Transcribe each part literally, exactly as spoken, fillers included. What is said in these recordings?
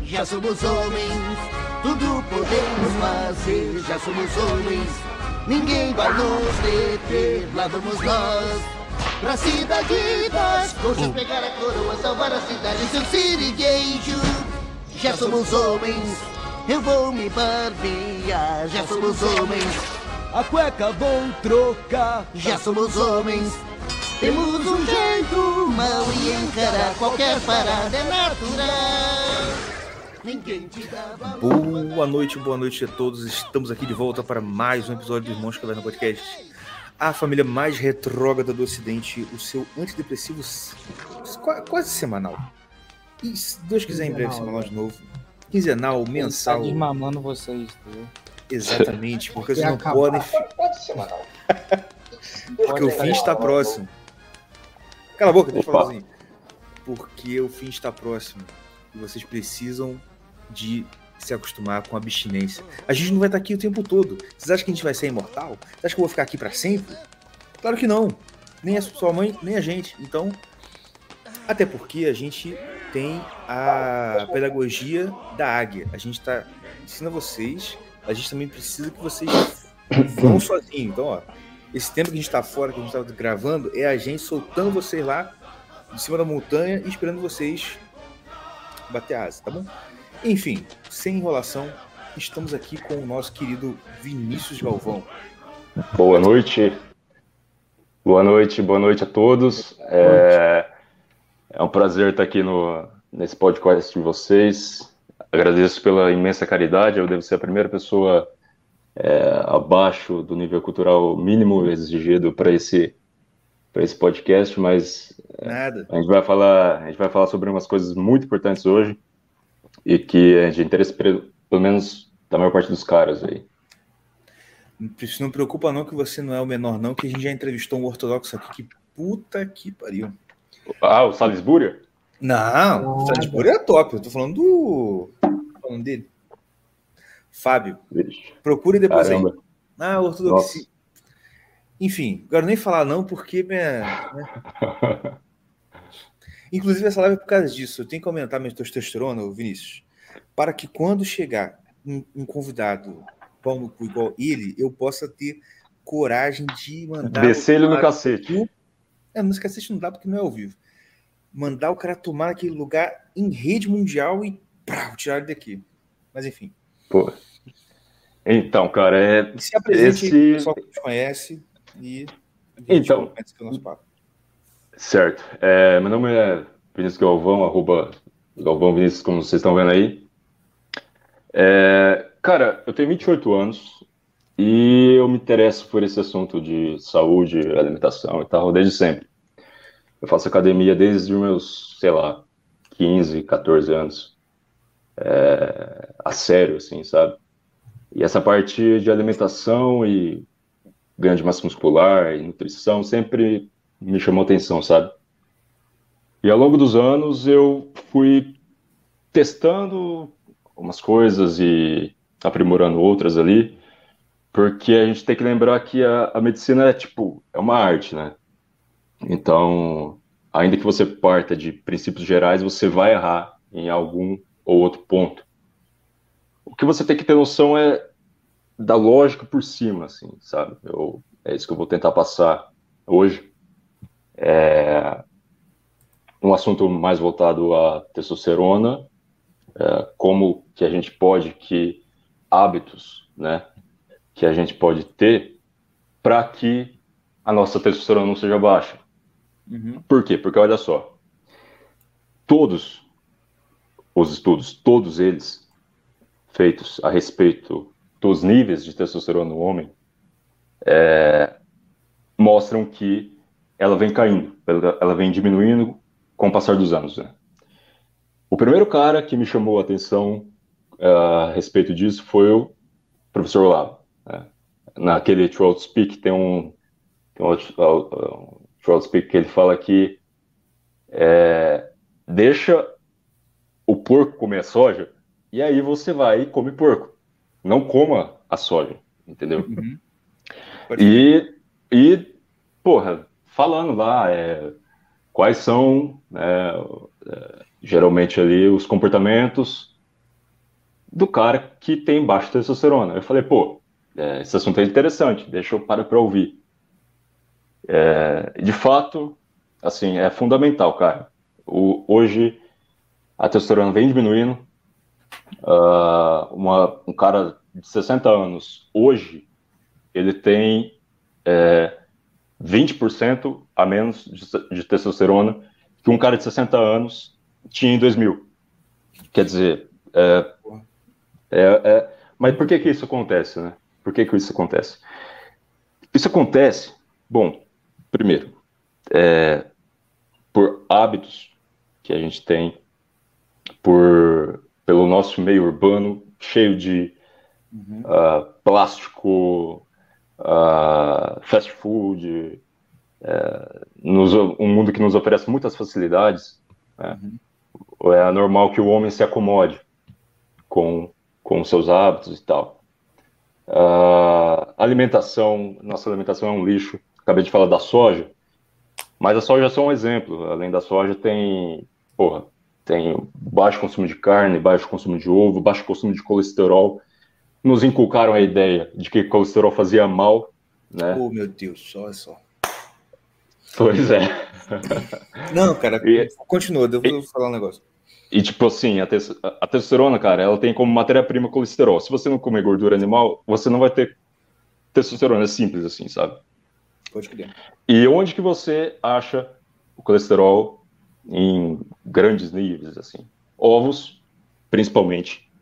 já somos homens, tudo podemos fazer, já somos homens, ninguém vai nos deter, lá vamos nós, pra cidade das coxas, pegar a coroa, salvar a cidade, seu sirigueijo, já somos homens, eu vou me barbear, já somos homens, a cueca vou trocar, já somos homens, temos um jeito mau e encarar qualquer parada é natural. Ninguém te dava... Boa noite, boa noite a todos. Estamos aqui de volta para mais um episódio do Irmãos Caverna Podcast. A família mais retrógrada do Ocidente, o seu antidepressivo quase semanal. E se Deus quiser, em breve, semanal de novo. Quinzenal, mensal. Tá desmamando vocês, viu? Exatamente, porque vocês não podem. Quase semanal. Porque o fim está próximo. Cala a boca, deixa eu falar assim. Porque o fim está próximo. E vocês precisam de se acostumar com a abstinência. A gente não vai estar aqui o tempo todo. Vocês acham que a gente vai ser imortal? Vocês acham que eu vou ficar aqui para sempre? Claro que não. Nem a sua mãe, nem a gente. Então, até porque a gente tem a pedagogia da águia. A gente tá ensina vocês. A gente também precisa que vocês vão sozinhos. Então, ó, esse tempo que a gente tá fora, que a gente tá gravando, é a gente soltando vocês lá de cima da montanha e esperando vocês bater a asa, tá bom? Enfim, sem enrolação, estamos aqui com o nosso querido Vinícius Galvão. Boa noite. Boa noite, boa noite a todos. É, é um prazer estar aqui no, nesse podcast de vocês. Agradeço pela imensa caridade. Eu devo ser a primeira pessoa é, abaixo do nível cultural mínimo exigido para esse, para esse podcast, mas Nada. A gente vai falar, a gente vai falar sobre umas coisas muito importantes hoje e que é de interesse, pelo menos, da maior parte dos caras aí. Não não preocupa não que você não é o menor não, que a gente já entrevistou um ortodoxo aqui, que puta que pariu. Ah, o Salisbury? Não, o Salisbury é top, eu tô falando do... Tô falando dele. Fábio. Vixe. Procure depois. Caramba. Aí. Ah, ortodoxia. Enfim, agora nem falar não, porque... Minha, né? Inclusive, essa live é por causa disso. Eu tenho que aumentar minha testosterona, Vinícius, para que quando chegar um, um convidado pau no cu igual ele, eu possa ter coragem de mandar... Descer ele no cacete. É, no cacete não dá porque não é ao vivo. Mandar o cara tomar aquele lugar em rede mundial e pá, tirar ele daqui. Mas enfim. Pô. Então, cara, é... E se apresente esse... aí, o pessoal que te conhece e... Então... Começa o nosso papo. Certo. É, meu nome é Vinícius Galvão, arroba Galvão Vinícius, como vocês estão vendo aí. É, cara, eu tenho vinte e oito anos e eu me interesso por esse assunto de saúde, alimentação e tal, desde sempre. Eu faço academia desde os meus, sei lá, quinze, catorze anos. É, a sério, assim, sabe? E essa parte de alimentação e ganho de massa muscular e nutrição sempre me chamou atenção, sabe? E ao longo dos anos eu fui testando umas coisas e aprimorando outras ali, porque a gente tem que lembrar que a, a medicina é tipo, é uma arte, né? Então, ainda que você parta de princípios gerais, você vai errar em algum ou outro ponto. O que você tem que ter noção é da lógica por cima, assim, sabe? Eu, é isso que eu vou tentar passar hoje. É um assunto mais voltado à testosterona, é, como que a gente pode, que hábitos, né, que a gente pode ter para que a nossa testosterona não seja baixa. Uhum. Por quê? Porque, olha só, todos os estudos, todos eles feitos a respeito dos níveis de testosterona no homem, é, mostram que ela vem caindo, ela vem diminuindo com o passar dos anos, né? O primeiro cara que me chamou a atenção uh, a respeito disso foi o professor Olavo, né? Naquele Trout Speak tem um, tem um, uh, um Trout Speak que ele fala que é, deixa o porco comer a soja e aí você vai e come porco. Não coma a soja, entendeu? Uhum. E, e, porra, falando lá, é, quais são, né, é, geralmente ali, os comportamentos do cara que tem baixa testosterona. Eu falei, pô, é, esse assunto é interessante, deixa eu parar para ouvir. É, de fato, assim, é fundamental, cara. O, hoje, a testosterona vem diminuindo. Uh, uma, um cara de sessenta anos, hoje, ele tem é, vinte por cento a menos de, de testosterona que um cara de sessenta anos tinha em dois mil. Quer dizer, é, é, é, mas por que que isso acontece, né? Por que que isso acontece? Isso acontece, bom, primeiro, é, por hábitos que a gente tem, por, pelo nosso meio urbano, cheio de uhum. uh, plástico, uh, fast food, uh, nos, um mundo que nos oferece muitas facilidades, né? Uhum. É normal que o homem se acomode com, com seus hábitos e tal. Uh, alimentação, nossa alimentação é um lixo. Acabei de falar da soja, mas a soja é só um exemplo. Além da soja tem, porra, tem baixo consumo de carne, baixo consumo de ovo, baixo consumo de colesterol. Nos inculcaram a ideia de que colesterol fazia mal, né? Oh, meu Deus, só é só. Pois é. Não, cara, e, continua, eu vou e, falar um negócio. E, tipo assim, a, te a testosterona, cara, ela tem como matéria-prima colesterol. Se você não comer gordura animal, você não vai ter testosterona. É simples assim, sabe? Pode crer. E onde que você acha o colesterol em grandes níveis, assim? Ovos, principalmente.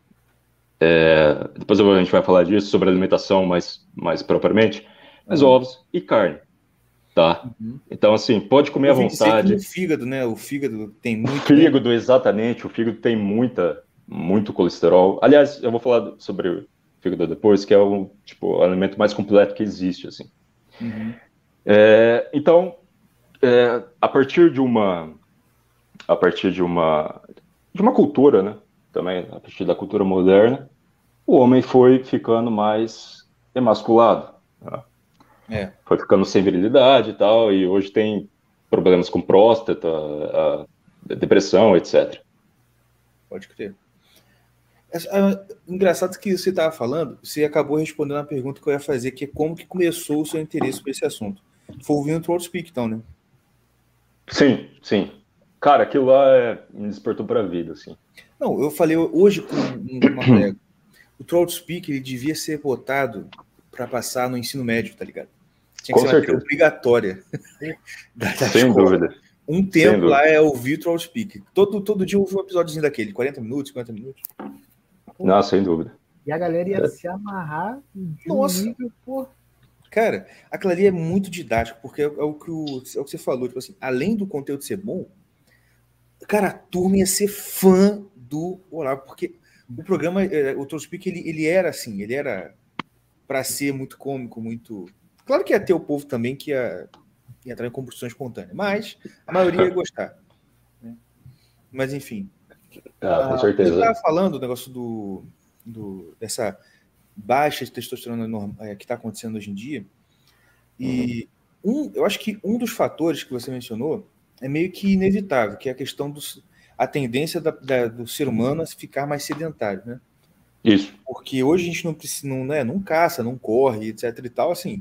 É, depois a gente vai falar disso, sobre alimentação mais, mais propriamente. Mas uhum. ovos e carne, tá? Uhum. Então, assim, pode comer à vontade. O fígado, né? O fígado tem muito... O fígado, exatamente. O fígado tem muita, muito colesterol. Aliás, eu vou falar sobre o fígado depois, que é o, tipo, o alimento mais completo que existe, assim. Uhum. É, então, é, a partir de uma... A partir de uma... De uma cultura, né? Também, a partir da cultura moderna, o homem foi ficando mais emasculado. Né? É. Foi ficando sem virilidade e tal, e hoje tem problemas com próstata, a, a depressão, etcétera. Pode crer. É, é, engraçado que você estava falando, você acabou respondendo a pergunta que eu ia fazer, que é como que começou o seu interesse por esse assunto. Foi ouvindo o Throat Speak, então, né? Sim, sim. Cara, aquilo lá é, me despertou para a vida, assim. Não, eu falei hoje com uma colega, o Throat Speak, ele devia ser botado para passar no ensino médio, tá ligado? Tinha que com ser certeza. uma obrigatória. da, da Sem escola. dúvida. Um tempo lá é ouvir Throat Speak. Todo, todo dia eu ouvi um episódiozinho daquele, quarenta minutos, cinquenta minutos. Não, sem dúvida. E a galera ia é. se amarrar de Nossa. um nível, pô. Cara, aquilo ali é muito didático, porque é, é, o que o, é o que você falou, tipo assim, além do conteúdo ser bom, cara, a turma ia ser fã do Olavo, porque o programa, o Throat Speak, ele, ele era assim, ele era para ser muito cômico, muito... Claro que ia ter o povo também que ia, ia entrar em combustão espontânea, mas a maioria ia gostar. Né? Mas, enfim. Ah, com certeza. Você estava falando do negócio do, do, dessa baixa de testosterona normal, é, que está acontecendo hoje em dia, e uhum. um, eu acho que um dos fatores que você mencionou é meio que inevitável, que é a questão do... a tendência da, da, do ser humano a ficar mais sedentário, né? Isso. Porque hoje a gente não precisa, não, né, não caça, não corre, etc e tal, assim,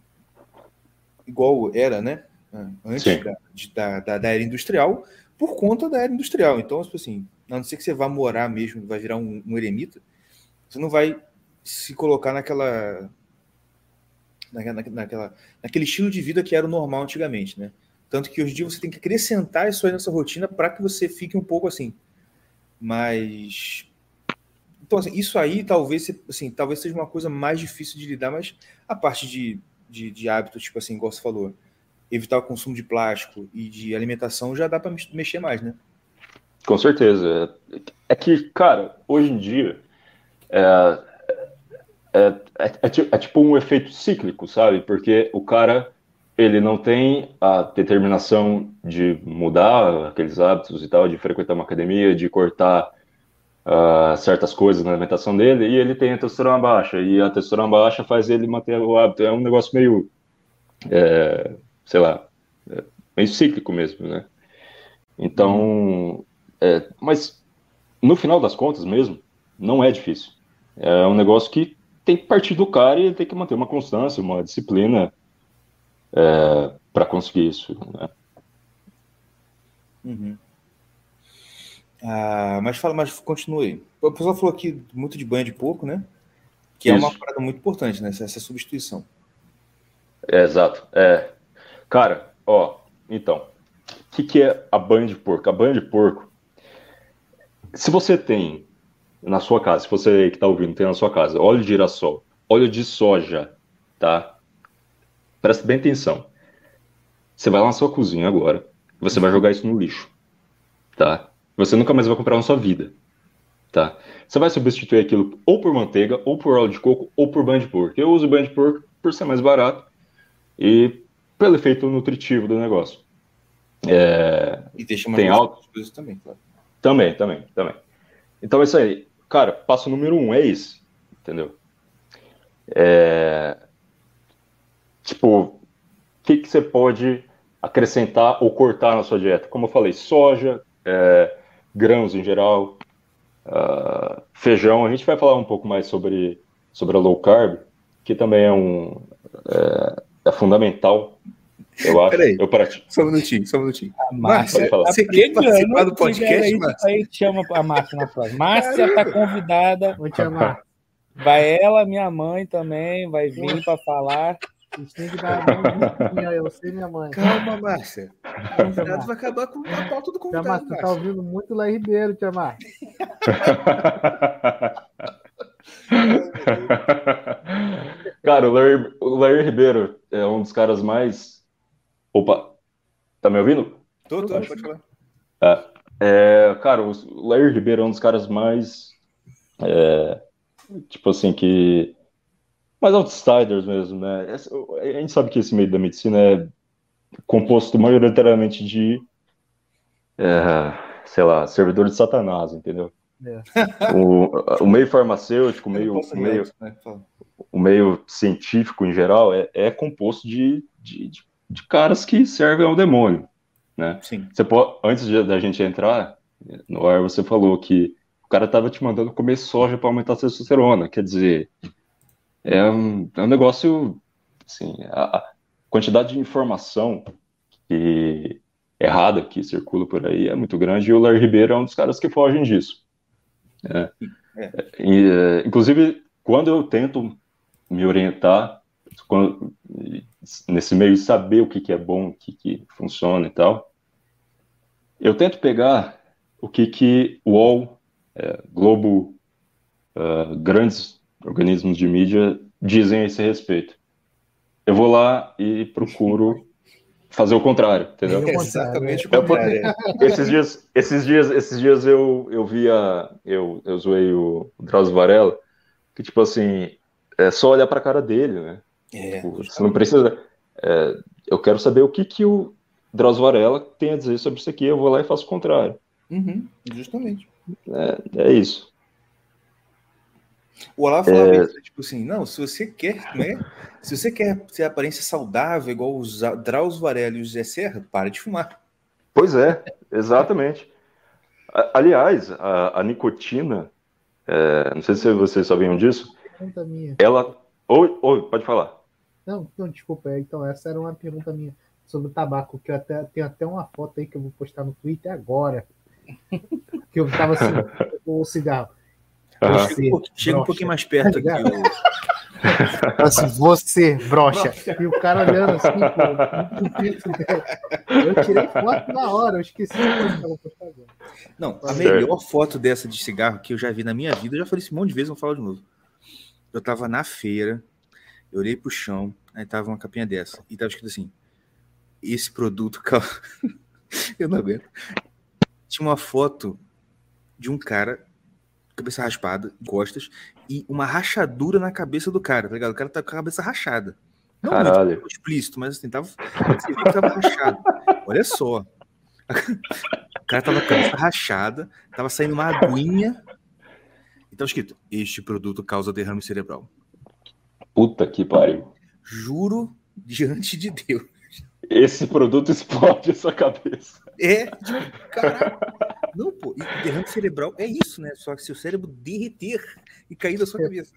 igual era, né? Antes da, da, da, da era industrial, por conta da era industrial. Então, assim, a não ser que você vá morar mesmo, vai virar um, um eremita, você não vai se colocar naquela, naquela, naquela, naquele estilo de vida que era o normal antigamente, né? Tanto que hoje em dia você tem que acrescentar isso aí nessa rotina para que você fique um pouco assim. Mas... Então, assim, isso aí talvez, assim, talvez seja uma coisa mais difícil de lidar, mas a parte de, de, de hábitos, tipo assim, igual você falou, evitar o consumo de plástico e de alimentação já dá para mexer mais, né? Com certeza. É que, cara, hoje em dia é, é, é, é, é tipo um efeito cíclico, sabe? Porque o cara... ele não tem a determinação de mudar aqueles hábitos e tal, de frequentar uma academia, de cortar uh, certas coisas na alimentação dele, e ele tem a testosterona baixa, e a testosterona baixa faz ele manter o hábito. É um negócio meio, é, sei lá, é, meio cíclico mesmo, né? Então, é, mas no final das contas mesmo, Não é difícil. É um negócio que tem que partir do cara e ele tem que manter uma constância, uma disciplina é, para conseguir isso, né? Uhum. Ah, mas fala, mas continue aí. O pessoal falou aqui muito de banho de porco, né? Que é Isso. uma parada muito importante, né? Essa, essa substituição. É, exato. É. Cara, ó, então, o que, que é a banha de porco? A banha de porco, se você tem na sua casa, se você que está ouvindo tem na sua casa óleo de girassol, óleo de soja, tá? Presta bem atenção. Você vai lá na sua cozinha agora, você vai jogar isso no lixo, tá? Você nunca mais vai comprar na sua vida, tá? Você vai substituir aquilo ou por manteiga, ou por óleo de coco, ou por banha de porco. Eu uso banha de porco por ser mais barato e pelo efeito nutritivo do negócio. É... E deixa mais tem alto coisas também, claro. Também, também, também. Então é isso aí. Cara, passo número um é esse, entendeu? É... Tipo, o que, que você pode acrescentar ou cortar na sua dieta? Como eu falei, soja, é... grãos em geral, uh... feijão. A gente vai falar um pouco mais sobre, sobre a low carb, que também é um é, é fundamental, eu acho. Peraí, eu pratico. Só um minutinho, só um minutinho. A Márcia, Pode falar. Você quer participar do podcast, Márcia? Márcia? Aí chama a Márcia na próxima. Márcia tá convidada. Vou te chamar. Vai ela, minha mãe também, vai vir para falar. Vocês têm que dar a mão juntinha, eu sei minha mãe. Calma, Márcia. O convidado vai acabar com a pauta do Tia convidado, Márcia, tu tá Márcia. ouvindo muito Léo Ribeiro, Tia Márcia. Cara, o Larry, o Larry Ribeiro é um dos caras mais... Opa, tá me ouvindo? Tô, tô, pode falar. É, é, cara, o Larry Ribeiro é um dos caras mais... É, tipo assim, que... mais outsiders mesmo, né? A gente sabe que esse meio da medicina é composto majoritariamente de... É, sei lá, servidores de Satanás, entendeu? É. O, o meio farmacêutico, o meio, o meio, o meio científico em geral é, é composto de, de, de, de caras que servem ao demônio, né? Sim. Você pode, antes de, da gente entrar no ar, você falou que o cara tava te mandando comer soja para aumentar a testosterona, quer dizer, é um, é um negócio, assim, a, a quantidade de informação que, errada que circula por aí é muito grande, e o Larry Ribeiro é um dos caras que fogem disso. É. É. E, é, inclusive, quando eu tento me orientar quando, nesse meio de saber o que, que é bom, o que, que funciona e tal, eu tento pegar o que, que o U O L, é, Globo, uh, grandes organismos de mídia dizem a esse respeito. Eu vou lá e procuro fazer o contrário, entendeu? É exatamente o contrário. É, esses dias, esses dias, esses dias eu, eu via, eu, eu zoei o Drauzio Varela, que tipo assim, é só olhar pra cara dele, né? É, tipo, você não precisa. É, eu quero saber o que, que o Drauzio Varela tem a dizer sobre isso aqui, eu vou lá e faço o contrário. Uhum, justamente. É, é isso. O Olavo falava é... isso, tipo assim, não, se você quer, né, se você quer ter aparência saudável, igual o Drauzio Varela e o José Serra, para de fumar. Pois é, exatamente. Aliás, a, a nicotina, é, não sei se vocês sabiam disso, Pergunta minha. ela... Oi, oi, pode falar. Não, não, desculpa, então essa era uma pergunta minha sobre o tabaco, que eu até, tenho até uma foto aí que eu vou postar no Twitter agora, que eu tava assim, com o cigarro. Uhum. Chega, um, chega um pouquinho mais perto aqui. O... assim, você, brocha. E o cara olhando assim, pô. Eu tirei foto na hora, eu esqueci de postar agora. Não, a melhor foto dessa de cigarro que eu já vi na minha vida, eu já falei isso um monte de vezes, vou falar de novo. Eu tava na feira, eu olhei pro chão, aí tava uma capinha dessa, e tava escrito assim, esse produto... eu não aguento. Tinha uma foto de um cara... cabeça raspada, costas, e uma rachadura na cabeça do cara, tá ligado? O cara tá com a cabeça rachada. Não Caralho. muito explícito, mas assim, tava, você viu que tava rachado. Olha só. O cara tava com a cabeça rachada, tava saindo uma aguinha, e tava escrito, este produto causa derrame cerebral. Puta que pariu. Juro diante de Deus. Esse produto explode a sua cabeça. É, tipo, caralho. Não, pô, e derrame cerebral é isso, né? Só que se o cérebro derreter e cair da sua cabeça.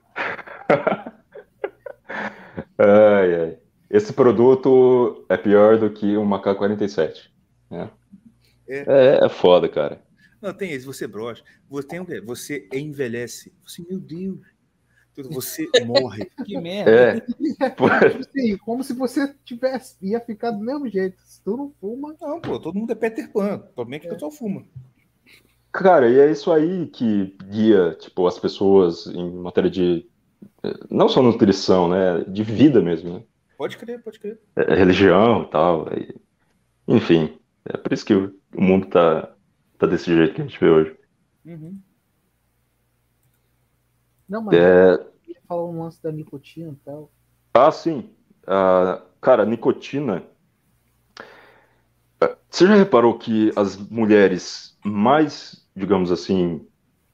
Ai, ai. Esse produto é pior do que o Macaco quarenta e sete. Né? É. É, é foda, cara. Não, tem esse, você brocha. Você, tem o quê? Você envelhece. Você, meu Deus. Você morre. Que merda. É. Tipo assim, como se você tivesse, ia ficar do mesmo jeito. Se tu não fuma. Não, pô, todo mundo é Peter Pan. O problema é que o pessoal fuma. Cara, e é isso aí que guia, tipo, as pessoas em matéria de, não só nutrição, né, de vida mesmo, né? Pode crer, pode crer. É, religião e tal, e, enfim, é por isso que o, o mundo tá, tá desse jeito que a gente vê hoje. Uhum. Não, mas É... eu ia falar um lance da nicotina e tal. Ah, sim. Ah, cara, nicotina. Você já reparou que as mulheres mais, digamos assim,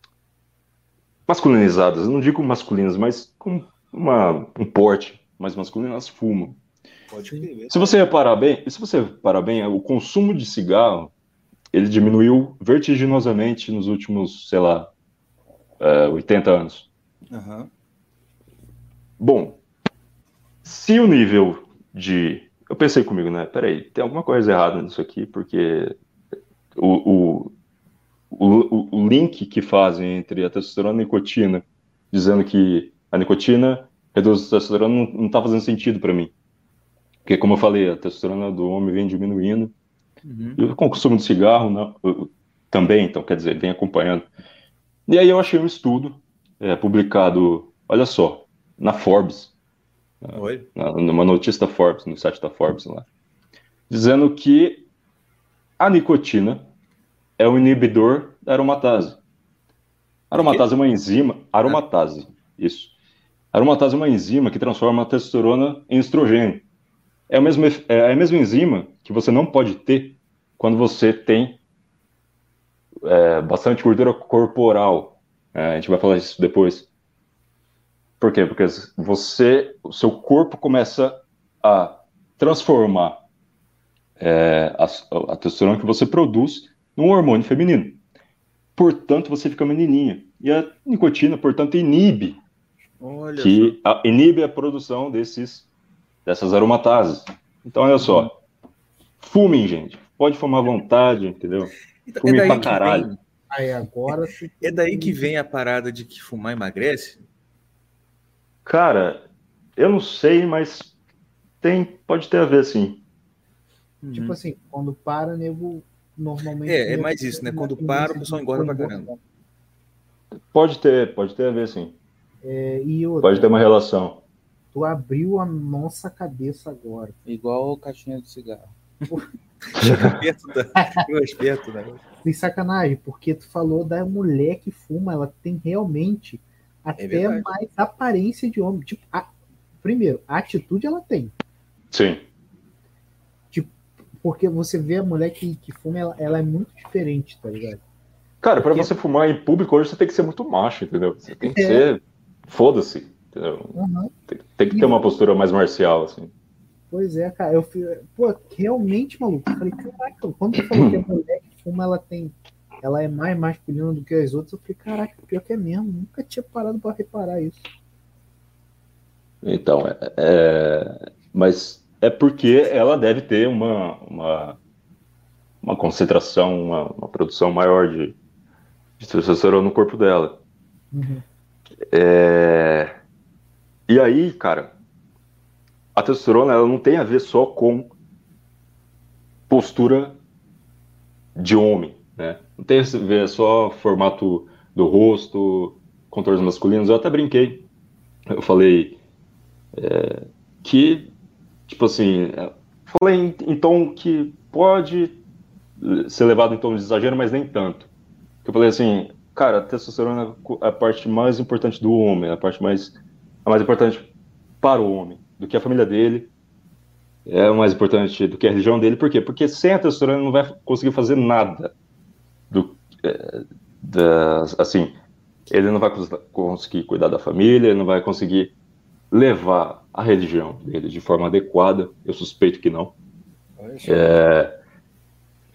masculinizadas, eu não digo masculinas, mas com uma, um porte mais masculino, elas fumam. Pode crer. Se você reparar bem, se você reparar bem, o consumo de cigarro, ele diminuiu vertiginosamente nos últimos, sei lá, uh, oitenta anos. Uhum. Bom, se o nível de... Eu pensei comigo, né? Peraí, tem alguma coisa errada nisso aqui, porque o, o, o, o link que fazem entre a testosterona e a nicotina, dizendo que a nicotina reduz a testosterona, não, não tá fazendo sentido para mim. Porque, como eu falei, a testosterona do homem vem diminuindo, Uhum. e o consumo de cigarro não, também, então, quer dizer, vem acompanhando. E aí eu achei um estudo é, publicado, olha só, na Forbes, Oi. na, numa notícia da Forbes, no site da Forbes lá, dizendo que a nicotina é um inibidor da aromatase. A aromatase é uma enzima, aromatase, isso. A aromatase é uma enzima que transforma a testosterona em estrogênio. É a mesma, é a mesma enzima que você não pode ter quando você tem é, bastante gordura corporal. É, a gente vai falar disso depois. Por quê? Porque você, o seu corpo começa a transformar é, a, a testosterona que você produz num hormônio feminino. Portanto, você fica menininha. E a nicotina, portanto, inibe, Olha que a, inibe a produção desses, dessas aromatases. Então, olha só. Fumem, gente. Pode fumar à vontade, entendeu? Então, Fumem é daí pra que caralho. vem, Aí agora. se- é daí que vem a parada de que fumar emagrece? Cara, eu não sei, mas tem, pode ter a ver, sim. Tipo assim, quando para, nego. Normalmente. É, é nego mais isso, né? tem uma Quando tendência para, o de pessoal engorda pra engordar. caramba. Pode ter, pode ter a ver, sim. É, e outra, Pode ter uma relação. tu abriu a nossa cabeça agora. Igual caixinha de cigarro. Chega perto da. Mais perto da. Sem sacanagem, porque tu falou da mulher que fuma, ela tem realmente até verdade. mais aparência de homem. Tipo, a- primeiro, a atitude ela tem. Sim. Porque você vê a mulher que, que fuma, ela, ela é muito diferente, tá ligado? Cara, pra Porque- você fumar em público hoje, você tem que ser muito macho, entendeu? Você tem que É. ser... Foda-se, entendeu? Uhum. Tem, tem que ter uma postura mais marcial, assim. Pois é, cara. Eu fui, pô, realmente, maluco. Eu falei, caraca, quando tu falou que a mulher que fuma, ela tem. Ela é mais masculina do que as outras, eu falei, caraca, pior que é mesmo. Nunca tinha parado pra reparar isso. Então, é, é- mas é porque ela deve ter uma, uma, uma concentração, uma, uma produção maior de, de testosterona no corpo dela. Uhum. É, E aí, cara, a testosterona ela não tem a ver só com postura de homem, né? Não tem a ver só formato do rosto, contornos masculinos. Eu até brinquei. Eu falei é, que, tipo assim, é, falei em, em tom que pode ser levado em tom de exagero, mas nem tanto. Eu falei assim, cara, a testosterona é a parte mais importante do homem, é a parte mais, a mais importante para o homem, do que a família dele, é o mais importante do que a religião dele. Por quê? Porque sem a testosterona ele não vai conseguir fazer nada. Do, é, da, assim, ele não vai cons- conseguir cuidar da família, ele não vai conseguir levar a religião dele de forma adequada. Eu suspeito que não. É,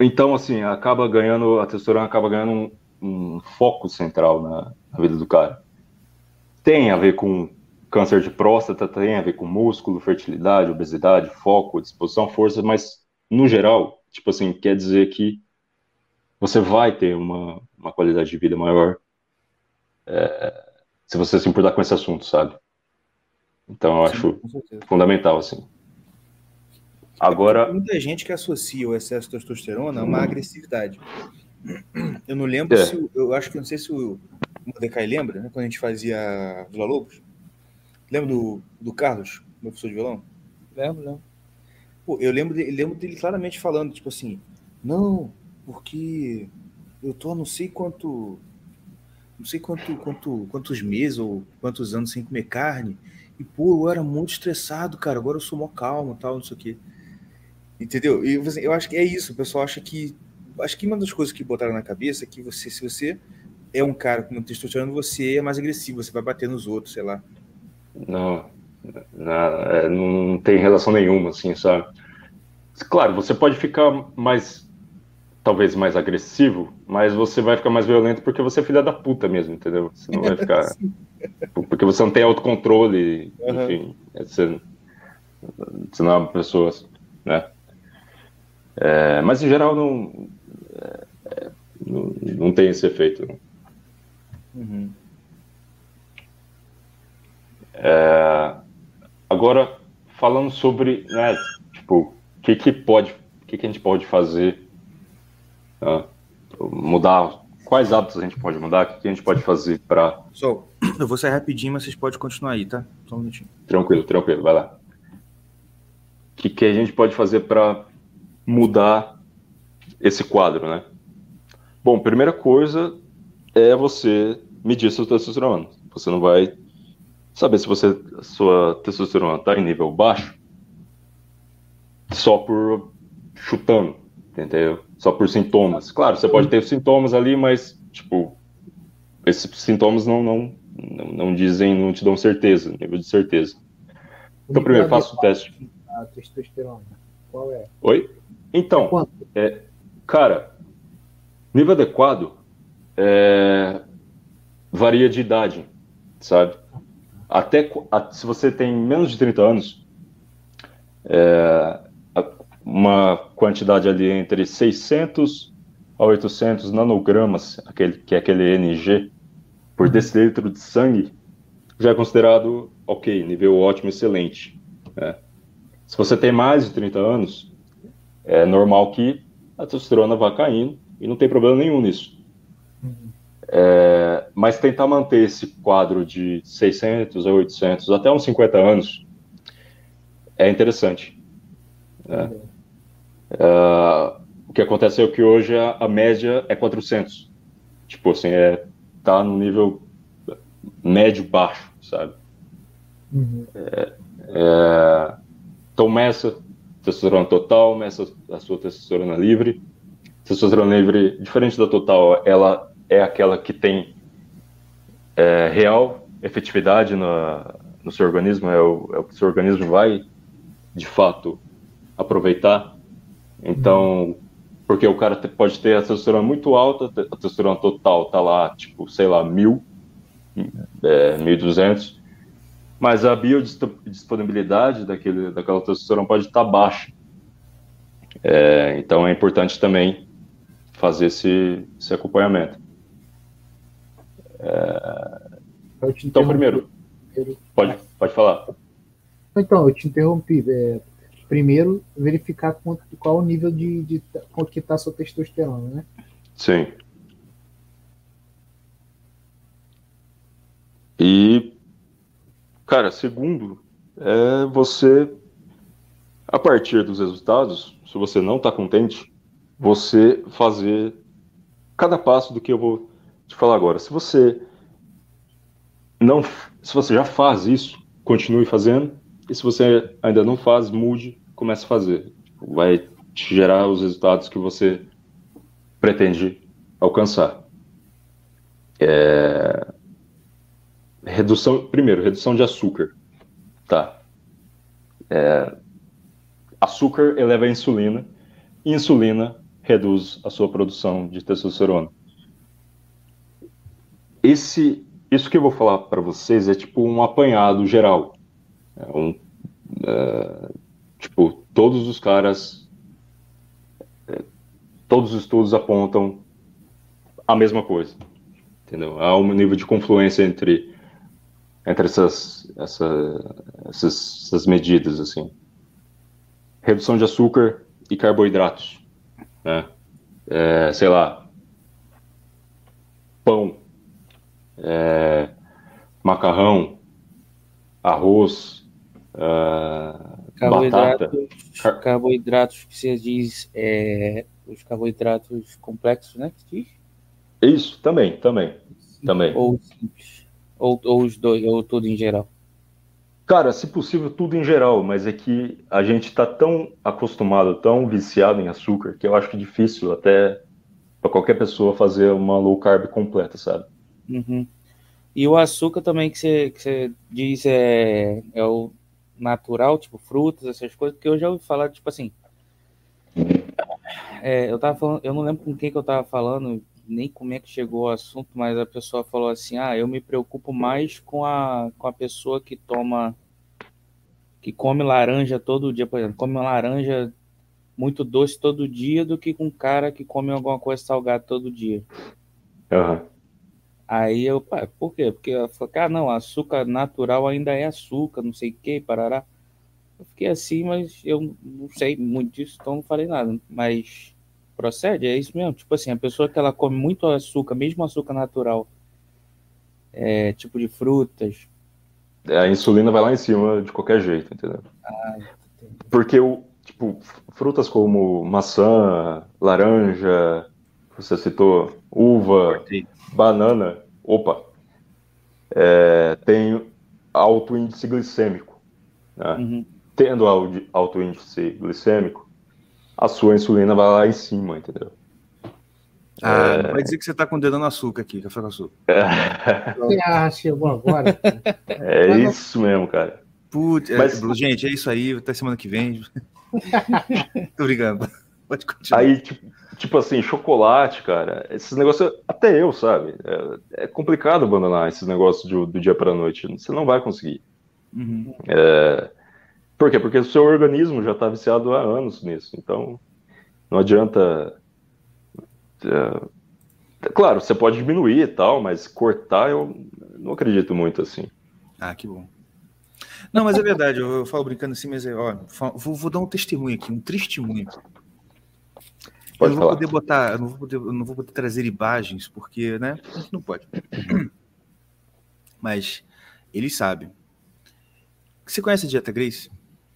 Então, assim, acaba ganhando, a testosterona acaba ganhando um, um foco central na, na vida do cara. Tem a ver com câncer de próstata, tem a ver com músculo, fertilidade, obesidade, foco, disposição, força, mas, no geral, tipo assim, quer dizer que você vai ter uma, uma qualidade de vida maior é, se você se importar com esse assunto, sabe? Então, eu Sim, acho com certeza. fundamental, assim. Agora... Tem muita gente que associa o excesso de testosterona a uma agressividade. Eu não lembro É. se... o- Eu acho que não sei se o Mordecai lembra, né? Quando a gente fazia Vila Lobos. Lembra do, do Carlos, meu professor de violão? Lembro, lembro. Pô, eu lembro dele, lembro dele claramente falando, tipo assim, não, porque eu tô há não sei quanto, não sei quanto, quanto, quantos meses ou quantos anos sem comer carne, e pô, eu era muito estressado, cara, agora eu sou mó calmo, tal, não sei o quê. Entendeu? E você- eu acho que é isso, o pessoal acha que, acho que uma das coisas que botaram na cabeça é que você, se você é um cara com testosterona, você é mais agressivo, você vai bater nos outros, sei lá. Não, não, é, não tem relação nenhuma, assim, sabe? Claro, você pode ficar mais, talvez mais agressivo, mas você vai ficar mais violento porque você é filha da puta mesmo, entendeu? Você não vai ficar... Porque você não tem autocontrole, Aham. enfim, você, você não é uma pessoa, né? É, mas, em geral, não, é, é, não, não tem esse efeito, não. Uhum. É, agora, falando sobre, né, tipo, o que que pode, o que que a gente pode fazer, tá? Mudar, quais hábitos a gente pode mudar, o que que a gente pode fazer para... Pessoal, eu vou sair rapidinho, mas vocês podem continuar aí, tá? Só um minutinho. Tranquilo, tranquilo, vai lá. O que que a gente pode fazer para mudar esse quadro, né? Bom, primeira coisa é você medir sua testosterona. Você não vai saber se você, sua testosterona está em nível baixo só por chutando, entendeu? Só por sintomas. Claro, você pode ter sintomas ali, mas, tipo, esses sintomas não, não, não, não dizem, não te dão certeza, nível de certeza. Então, primeiro, faça o teste. A testosterona, qual é? Oi? Então, Quanto? é, cara, nível adequado é, varia de idade, sabe? Até qu- a- se você tem menos de trinta anos, é, a- uma quantidade ali entre seiscentos a oitocentos nanogramas, aquele, que é aquele N G, por decilitro de sangue, já é considerado ok, nível ótimo, excelente, né? Se você tem mais de trinta anos, é normal que a testosterona vá caindo e não tem problema nenhum nisso. É, mas tentar manter esse quadro de seiscentos a oitocentos até uns cinquenta anos é interessante, né? É, o que acontece é que hoje a, a média é quatrocentos. Tipo assim, é, tá no nível médio-baixo, sabe? Uhum. É, então meça testosterona total, meça a sua testosterona livre. Testosterona livre, diferente da total, ela é aquela que tem é, real efetividade na, no seu organismo, é o, é o que o seu organismo vai, de fato, aproveitar. Então, porque o cara te- pode ter a testosterona muito alta, te- a testosterona total tá lá, tipo, sei lá, mil, é, mil e duzentos, mas a biodisponibilidade daquele, daquela testosterona pode estar baixa. É, então é importante também fazer esse, esse acompanhamento. Eu te Então, interrompi. primeiro, pode, pode falar. Então, eu te interrompi. É, primeiro, verificar quanto, qual o nível de, de quanto que está a sua testosterona, né? Sim. E, cara, segundo, é você, a partir dos resultados, se você não está contente, você fazer cada passo do que eu vou te falar agora. Se você não, se você já faz isso, continue fazendo. E se você ainda não faz, mude, comece a fazer. Vai te gerar os resultados que você pretende alcançar. É... Redução, primeiro, redução de açúcar. Tá. É... Açúcar eleva a insulina. E insulina reduz a sua produção de testosterona. Esse, isso que eu vou falar para vocês é tipo um apanhado geral. É um, é, tipo, todos os caras, é, todos os estudos apontam a mesma coisa, entendeu? Há um nível de confluência entre, entre essas, essa, essas, essas medidas, assim. Redução de açúcar e carboidratos, né? É, sei lá, pão, é, macarrão, arroz, uh, Carboidratos, batata. Car... carboidratos que você diz, é, os carboidratos complexos, né? Que diz? Isso, também, também, também. Ou simples, ou, ou os dois, ou tudo em geral. Cara, se possível, tudo em geral, mas é que a gente está tão acostumado, tão viciado em açúcar, que eu acho que é difícil até para qualquer pessoa fazer uma low carb completa, sabe? Uhum. E o açúcar também que você, que você diz é, é o natural, tipo frutas, essas coisas, porque eu já ouvi falar, tipo assim, é, eu tava falando, eu não lembro com quem que eu tava falando, nem como é que chegou o assunto, mas a pessoa falou assim, ah, eu me preocupo mais com a, com a pessoa que toma, que come laranja todo dia, por exemplo, come uma laranja muito doce todo dia do que com um cara que come alguma coisa salgada todo dia. Uhum. Aí eu, pá, por quê? Porque eu falei, ah, não, açúcar natural ainda é açúcar, não sei o que, parará. Eu fiquei assim, mas eu não sei muito disso, então não falei nada. Mas procede, é isso mesmo. Tipo assim, a pessoa que ela come muito açúcar, mesmo açúcar natural, é, tipo de frutas. A insulina vai lá em cima de qualquer jeito, entendeu? Ah, porque o tipo frutas como maçã, laranja, você citou uva, banana, opa, é, tem alto índice glicêmico, né? Uhum. Tendo alto índice glicêmico, a sua insulina vai lá em cima, entendeu? Ah, é... não vai dizer que você tá condenando açúcar aqui, café com açúcar. Ah, chegou agora. É Mas isso não... mesmo, cara. Putz, Mas... é, gente, é isso aí, até semana que vem. Tô brincando. Pode continuar. Aí, tipo, tipo assim, chocolate, cara, esses negócios, até eu, sabe? É, é complicado abandonar esses negócios do, do dia pra noite. Você não vai conseguir. Uhum. É... Por quê? Porque o seu organismo já tá viciado há anos nisso. Então, não adianta... É... Claro, você pode diminuir e tal, mas cortar eu não acredito muito assim. Ah, que bom. Não, mas é verdade, eu, eu falo brincando assim, mas é, ó, vou, vou dar um testemunho aqui, um testemunho. Eu não vou poder botar, eu não vou poder, eu não vou poder trazer imagens, porque, né, a gente não pode. Mas eles sabem. Você conhece a Dieta Grace?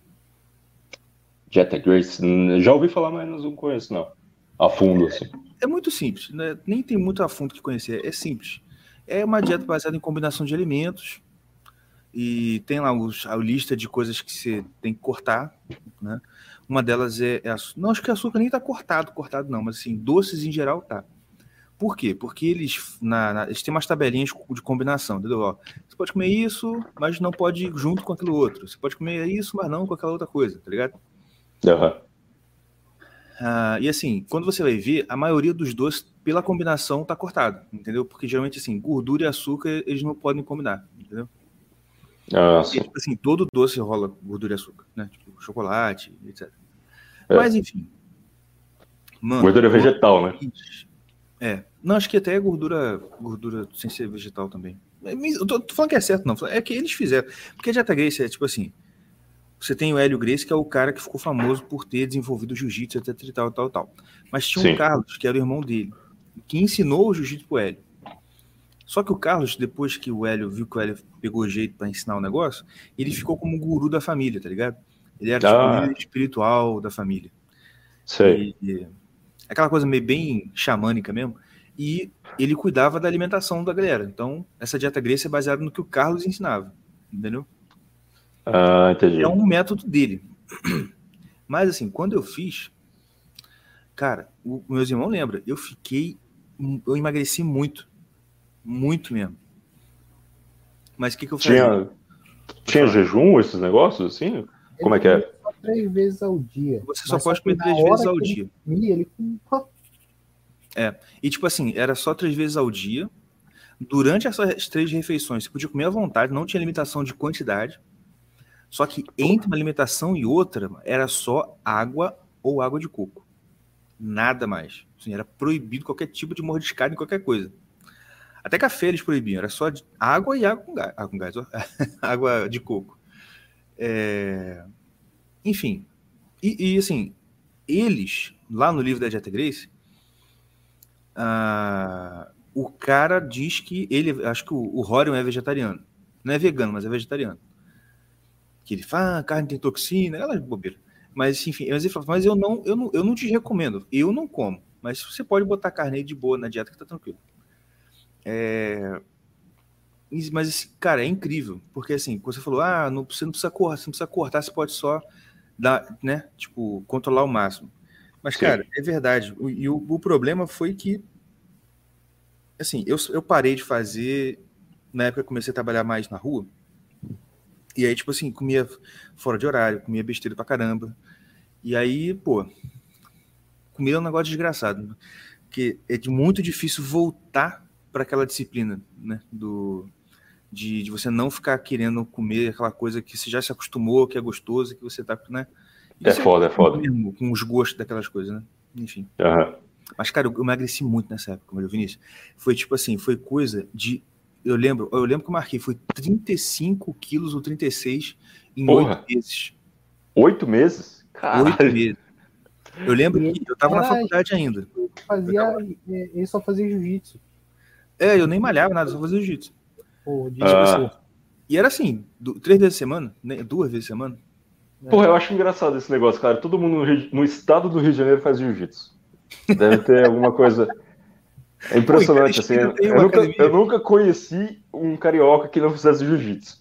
Dieta Grace? Já ouvi falar, mas não conheço, não. A fundo, assim. É, é muito simples, né? Nem tem muito a fundo que conhecer, é simples. É uma dieta baseada em combinação de alimentos, e tem lá os, a lista de coisas que você tem que cortar, né? Uma delas é, é açúcar. Não, acho que açúcar nem tá cortado, cortado não, mas assim, doces em geral tá. Por quê? Porque eles, na, na, eles têm umas tabelinhas de combinação, entendeu? Ó, você pode comer isso, mas não pode ir junto com aquilo outro. Você pode comer isso, mas não com aquela outra coisa, tá ligado? Uhum. Ah, e assim, quando você vai ver, a maioria dos doces, pela combinação, tá cortado, entendeu? Porque geralmente, assim, gordura e açúcar, eles não podem combinar, entendeu? Ah, e, tipo, assim, todo doce rola gordura e açúcar, né? Tipo, chocolate, etcétera. É. Mas, enfim. Mano, gordura vegetal, né? É. Não, acho que até é gordura, gordura sem ser vegetal também. Eu tô, tô falando que é certo, não. É que eles fizeram. Porque a Dieta Grace é tipo assim, você tem o Hélio Gracie, que é o cara que ficou famoso por ter desenvolvido jiu-jitsu, etc e tal, tal, tal. Mas tinha Sim. um Carlos, que era o irmão dele, que ensinou o jiu-jitsu pro Hélio. Só que o Carlos, depois que o Hélio viu que o Hélio pegou o jeito para ensinar o negócio, ele ficou como guru da família, tá ligado? Ele era tipo, Ah. o líder espiritual da família. Sei. E, e, aquela coisa meio bem xamânica mesmo. E ele cuidava da alimentação da galera. Então, essa Dieta Gracie é baseada no que o Carlos ensinava, entendeu? Ah, entendi. É um método dele. Mas assim, quando eu fiz, cara, o meus irmãos lembram, eu fiquei, eu emagreci muito, muito mesmo. Mas o que que eu fazia? Tinha, tinha jejum, esses negócios, assim? Como é que é? três vezes ao dia. Você só Mas pode que comer na três hora vezes ao que ele dia. comia, ele com- É. E tipo assim, era só três vezes ao dia. Durante essas três refeições, você podia comer à vontade, não tinha limitação de quantidade. Só que entre uma alimentação e outra, era só água ou água de coco. Nada mais. Assim, era proibido qualquer tipo de mordiscada em qualquer coisa. Até café eles proibiam, era só de água e água com gás. Água, com gás, ó. Água de coco. É... Enfim. E, e, assim, eles, lá no livro da Dieta Gracie, ah, o cara diz que ele, acho que o, o Horion é vegetariano. Não é vegano, mas é vegetariano. Que ele fala, ah, carne tem toxina, ela é bobeira. Mas, enfim, mas ele fala, mas eu não, eu, não, eu não te recomendo, eu não como. Mas você pode botar carne aí de boa na dieta que tá tranquilo. É... Mas, cara, é incrível. Porque, assim, você falou, ah, não, você não precisa cortar, você não precisa cortar, você pode só dar, né, tipo, controlar o máximo. Mas, Sim. cara, é verdade. O, e o, o problema foi que, assim, eu, eu parei de fazer, na época eu comecei a trabalhar mais na rua, e aí, tipo assim, comia fora de horário, comia besteira pra caramba. E aí, pô, comida é um negócio desgraçado. Porque é de muito difícil voltar para aquela disciplina, né? Do, de, de você não ficar querendo comer aquela coisa que você já se acostumou, que é gostoso, que você tá, né? E É você foda, é foda. mesmo, com os gostos daquelas coisas, né? Enfim. Aham. Mas, cara, eu eu emagreci muito nessa época, meu Vinícius. Foi tipo assim, foi coisa de. Eu lembro, eu lembro que eu marquei, foi trinta e cinco quilos ou trinta e seis em Porra. oito meses. Oito meses? Oito Caralho. meses. Eu lembro E que eu tava na era- faculdade ainda. fazia, ele só fazia jiu-jitsu. É, eu nem malhava nada, só fazia jiu-jitsu. Pô, de- Ah. E era assim, du- três vezes a semana, né? Duas vezes a semana. Porra, eu acho engraçado esse negócio, cara. Todo mundo no, Rio- no estado do Rio de Janeiro faz jiu-jitsu. Deve ter alguma coisa. É impressionante, Pô, assim. em cada Eu, esquina tem eu uma nunca, academia. eu nunca conheci um carioca que não fizesse jiu-jitsu.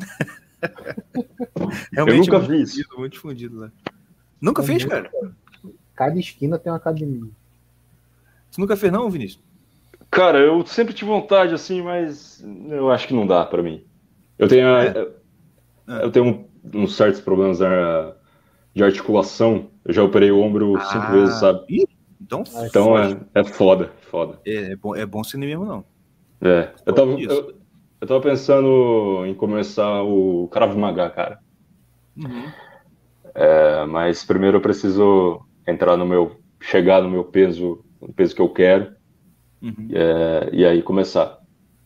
Realmente nunca é muito vi isso. difundido, muito difundido lá. Nunca É fez, muito- cara? Cada esquina tem uma academia. Você nunca fez, não, Vinícius? Cara, eu sempre tive vontade, assim, mas eu acho que não dá pra mim. Eu tenho, a- É? eu tenho um- uns certos problemas na- de articulação. Eu já operei o ombro cinco vezes, sabe? Ih, então, Então foge. é, é foda, foda. é, é bom, é bom ser nem mesmo, não. É. Eu tava, Isso. eu, eu tava pensando em começar o Krav Maga, cara. Uhum. É, mas primeiro eu preciso entrar no meu, chegar no meu peso, no peso que eu quero, Uhum. é, e aí começar.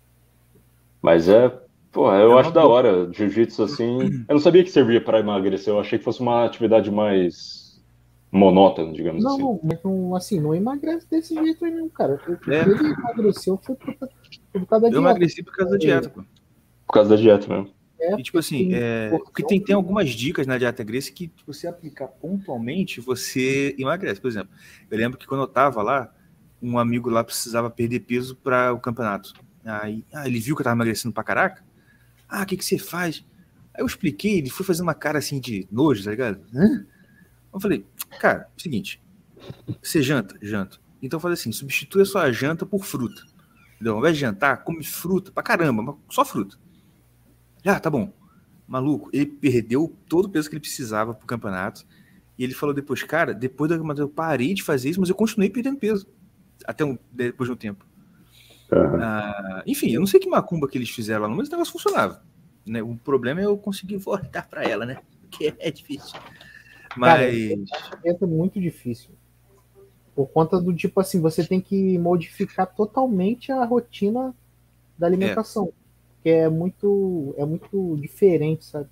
Mas é, pô, eu É uma acho da boa. hora, jiu-jitsu assim. Eu não sabia que servia para emagrecer, eu achei que fosse uma atividade mais monótona, digamos assim. Não, mas não, assim, não emagrece desse jeito aí, não, cara. O que É. ele emagreceu foi por, por causa da Eu dieta. emagreci por causa da dieta, pô. Por causa da dieta mesmo. É, E tipo assim, tem é, porção porque tem, tem algumas dicas na dieta Gracie que se você aplicar pontualmente, você emagrece. Por exemplo, eu lembro que quando eu tava lá, um amigo lá precisava perder peso para o campeonato. Aí ah, ele viu que eu tava emagrecendo pra caraca. Ah, o que que você faz? Aí eu expliquei, ele foi fazendo uma cara assim de nojo, tá ligado? Hã? Eu falei, cara, é o seguinte, você janta? Janta. Então eu falei assim, substitui a sua janta por fruta. Entendeu? Ao invés de jantar, come fruta pra caramba, mas só fruta. Ah, tá bom. Maluco, ele perdeu todo o peso que ele precisava pro campeonato. E ele falou depois, cara, depois da campeonato eu parei de fazer isso, mas eu continuei perdendo peso. Até um, depois de um tempo. Aham. Ah, enfim, eu não sei que macumba que eles fizeram lá, mas o negócio funcionava. Né? O problema é eu conseguir voltar pra ela, né? Que é difícil. Mas. É muito difícil. Por conta do tipo assim, você tem que modificar totalmente a rotina da alimentação. Que é muito, é muito diferente, sabe?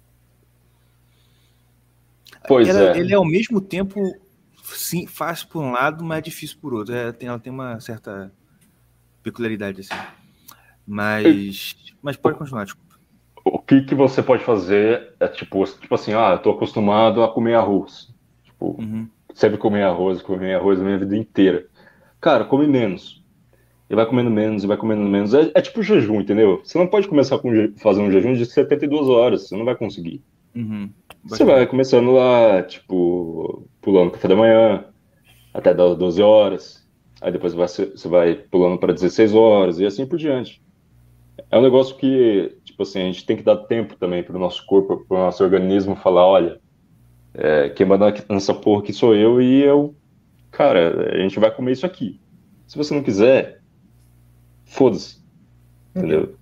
Pois ela, é. ele é ao mesmo tempo sim, fácil por um lado, mas difícil por outro. É, tem, ela tem uma certa peculiaridade assim. Mas, mas pode continuar, desculpa. O que que você pode fazer é tipo, tipo assim, ah, eu tô acostumado a comer arroz. Tipo, Uhum. sempre comer arroz, comer arroz a minha vida inteira. Cara, come menos. E vai comendo menos, e vai comendo menos. É, é tipo jejum, entendeu? Você não pode começar a fazer um jejum de setenta e duas horas, você não vai conseguir. Uhum. Você vai começando lá, tipo, pulando café da manhã, até das doze horas. Aí depois vai, você vai pulando para dezesseis horas, e assim por diante. É um negócio que, tipo assim, a gente tem que dar tempo também para o nosso corpo, para o nosso organismo falar, olha, É, quem manda nessa porra aqui sou eu e eu, cara, a gente vai comer isso aqui. Se você não quiser, foda-se, entendeu?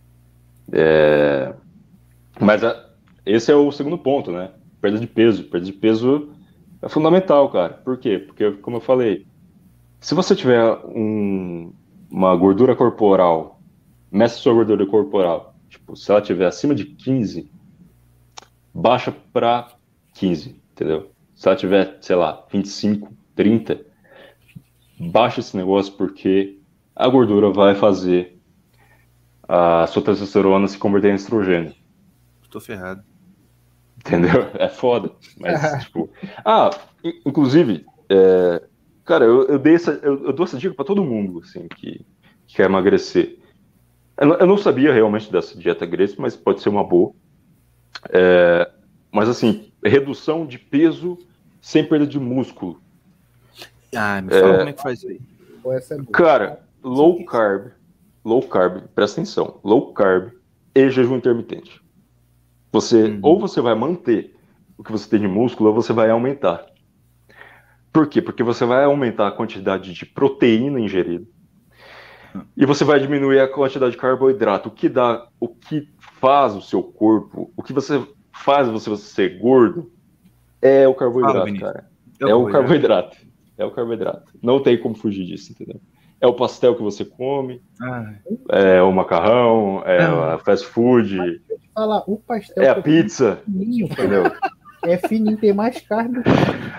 É, mas a, esse é o segundo ponto, né? Perda de peso. Perda de peso é fundamental, cara. Por quê? Porque, como eu falei, se você tiver um, uma gordura corporal, meça sua gordura corporal, tipo, se ela tiver acima de quinze, baixa pra quinze, entendeu? Se ela tiver, sei lá, vinte e cinco, trinta, baixa esse negócio porque a gordura vai fazer a sua testosterona se converter em estrogênio. Tô ferrado. Entendeu? É foda. Mas, tipo... Ah, inclusive, é... cara, eu, eu, dei essa, eu, eu dou essa dica pra todo mundo, assim, que, que quer emagrecer. Eu, eu não sabia realmente dessa dieta Grace, mas pode ser uma boa. É... Mas, assim, redução de peso sem perda de músculo. Ah, me fala É... como é que faz isso aí. Essa é boa. Cara, low carb, low carb, presta atenção, low carb e jejum intermitente. Você, Uhum. ou você vai manter o que você tem de músculo, ou você vai aumentar. Por quê? Porque você vai aumentar a quantidade de proteína ingerida e você vai diminuir a quantidade de carboidrato. O que dá, o que faz o seu corpo, o que você faz você ser gordo é o carboidrato, Fala, Vinícius. cara. É o É o carboidrato. carboidrato. É o carboidrato. Não tem como fugir disso, entendeu? É o pastel que você come, Ah, é o macarrão, é Ah. a fast food, Falar, o pastel é a que eu pizza, fiz fininho, cara. entendeu? É fininho, tem mais carne do que.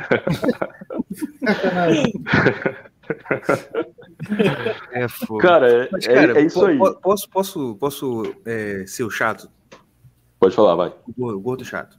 Sacanagem. é fogo. Cara, é, Mas, é- cara, é isso po- aí. po- Posso, posso, posso é, ser o chato? Pode falar, vai. O gordo- o gordo chato.